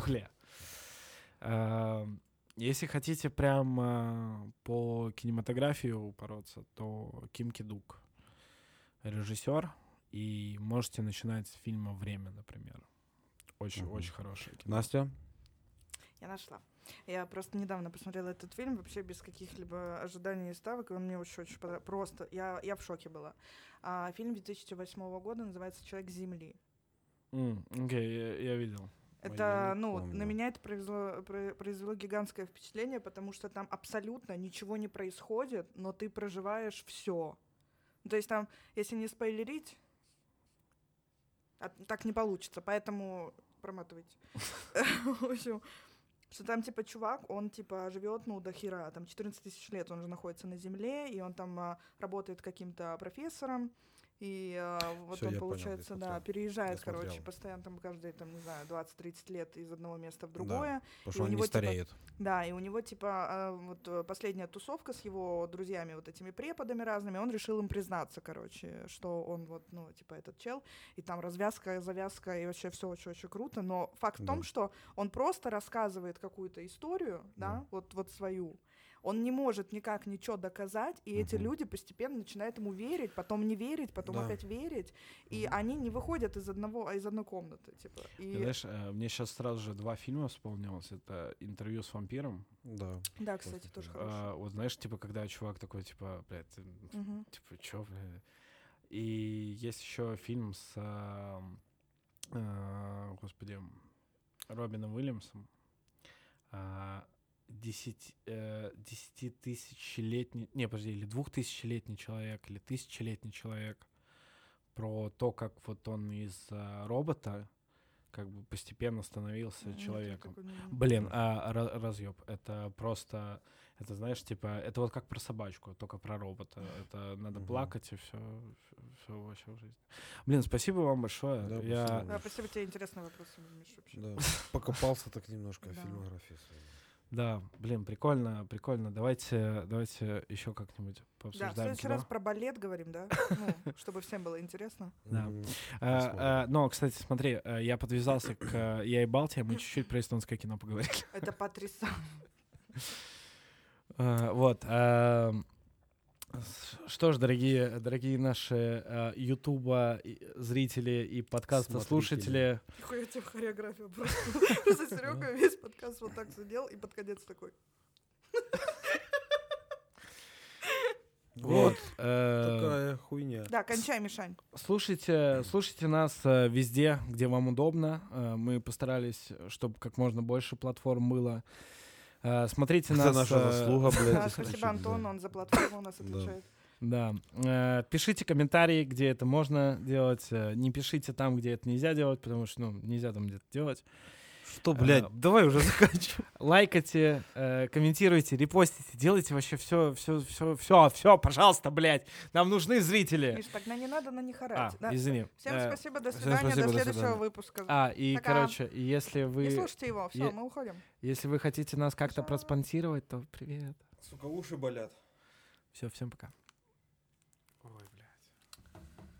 Если хотите прям по кинематографии упороться, то Ким Ки-дук режиссер, и можете начинать с фильма «Время», например. Очень хороший кино. Настя? Я нашла. Я просто недавно посмотрела этот фильм, вообще без каких-либо ожиданий и ставок, и он мне очень понравился. Просто я в шоке была. Фильм 2008 года называется «Человек с Земли». Окей, я видел. Это, я не на помню. меня это произвело гигантское впечатление, потому что там абсолютно ничего не происходит, но ты проживаешь все. То есть там, если не спойлерить, А так не получится, поэтому проматывайте. В общем, что там, типа, чувак, он, типа, живет, ну, до хера, там, 14 тысяч лет он же находится на Земле, и он там работает каким-то профессором, и вот Всё, он, я понял, получается, я да, смотрел. переезжает, Я короче, смотрел. постоянно, там, каждые, там, не знаю, 20-30 лет из одного места в Да, другое. потому И что у он него, не типа, стареет. Да, и у него, типа, вот последняя тусовка с его друзьями, вот этими преподами разными, он решил им признаться, короче, что он вот, ну, типа, этот чел, и там развязка, завязка, и вообще все очень-очень круто, но факт в том, Да. что он просто рассказывает какую-то историю, да, вот свою, он не может никак ничего доказать, и эти люди постепенно начинают ему верить, потом не верить, потом Да. опять верить, и они не выходят из одной комнаты, типа. И Знаешь, мне сейчас сразу же 2 фильма вспомнилось. Это «Интервью с вампиром». Да. да, кстати, тоже хорошо. Вот знаешь, типа, когда чувак такой, типа, блядь, ты, Мгм. типа, чё, бля? И есть еще фильм с, господи, Робином Уильямсом. 10-тысячелетний, не, подожди, или 2000-летний человек, или 1000-летний человек, про то, как вот он из робота как бы постепенно становился человеком. Такой, Блин, разъеб. Это просто, это знаешь, типа, это вот как про собачку, только про робота. Это надо плакать, и все вообще в жизни. Блин, спасибо вам большое. Да, Я... Да, спасибо, тебе интересные вопросы, Миш, вообще. Да. Покопался так немножко в Да. фильмографии своей. Да, блин, прикольно, прикольно. Давайте еще как-нибудь Да, в пообсуждаем следующий кино. раз про балет говорим, да? Ну, чтобы всем было интересно. Да. Посмотрим. Но, кстати, смотри, я подвязался к «Я и Балтия», мы чуть-чуть про эстонское кино поговорили. Это потрясающе. Вот. Что ж, дорогие наши Ютуба зрители и подкаста слушатели, Нихуя тебе хореография просто. Просто Серега весь подкаст вот так сидел и под конец такой. вот, Такая хуйня. Да, кончай, Мишань. слушайте нас везде, где вам удобно. Мы постарались, чтобы как можно больше платформ было. Смотрите Это нас. наша заслуга, блядь. Да, исключительно. спасибо, Антон, он за платформу у нас отвечает. Да. Пишите комментарии, где это можно делать. Не пишите там, где это нельзя делать, потому что, ну, нельзя там где-то делать. Что, блядь, давай уже заканчивай. Лайкайте, комментируйте, репостите, делайте вообще все, пожалуйста, блядь. Нам нужны зрители. Миш, тогда не надо на них орать. Да. Извини. Всем спасибо, до всем свидания, спасибо, до до следующего свидания. выпуска. И, Пока. короче, если Не вы, слушайте его, все, мы уходим. если вы хотите нас как-то Пока. проспонсировать, то привет. Сука, уши болят. Все, всем пока. Ой, блядь.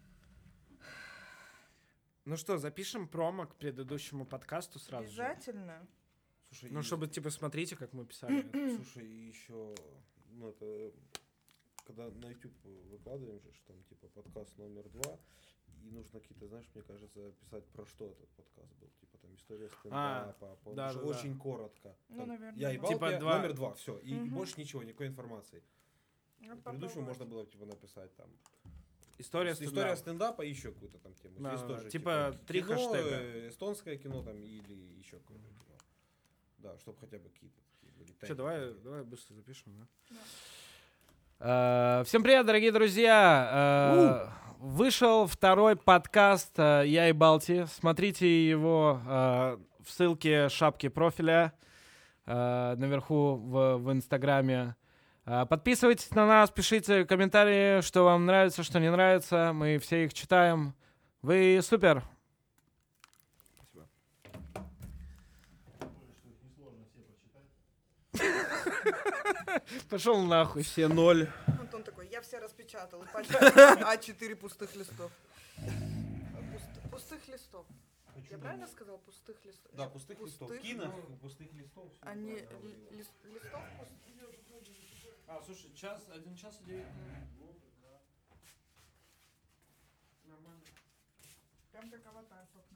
Ну что, запишем промо к предыдущему подкасту сразу же? Обязательно. Слушай, Ну, чтобы, типа, смотрите, как мы писали. Слушай, и еще, ну, это, когда на YouTube выкладываем же, что там, типа, подкаст номер 2, и нужно какие-то, знаешь, мне кажется, писать, про что этот подкаст был. Типа, там, история стендапа, да, да, очень коротко. Ну, Там, наверное, я и да. Типа Балтия, два- номер 2, все, и Мгм. больше ничего, никакой информации. Ну, Предыдущему попробовать. можно было, типа, написать, там, История история стендапа. стендапа и еще какую-то там тему. Да, Здесь да, тоже, типа, 3 кино, хэштега. эстонское кино там или еще какое-то кино. Да, чтобы хотя бы какие-то такие были. Что, теги. давай быстро запишем, да? Всем привет, дорогие друзья! Вышел второй подкаст «Я и Балти». Смотрите его в ссылке шапки профиля наверху в Инстаграме. Подписывайтесь на нас, пишите комментарии, что вам нравится, что не нравится. Мы все их читаем. Вы супер! Спасибо. Пошел нахуй. Все 0. Антон такой, я все распечатал. И пачка А4 пустых листов. Пустых листов. Я правильно сказал? Пустых листов? Да, Нет, пустых листов. пустых, Кино, но пустых листов. всё Они правильно говорила. листов пустых. Слушай, 1 час и 9 минут. Прям как аватар, собственно.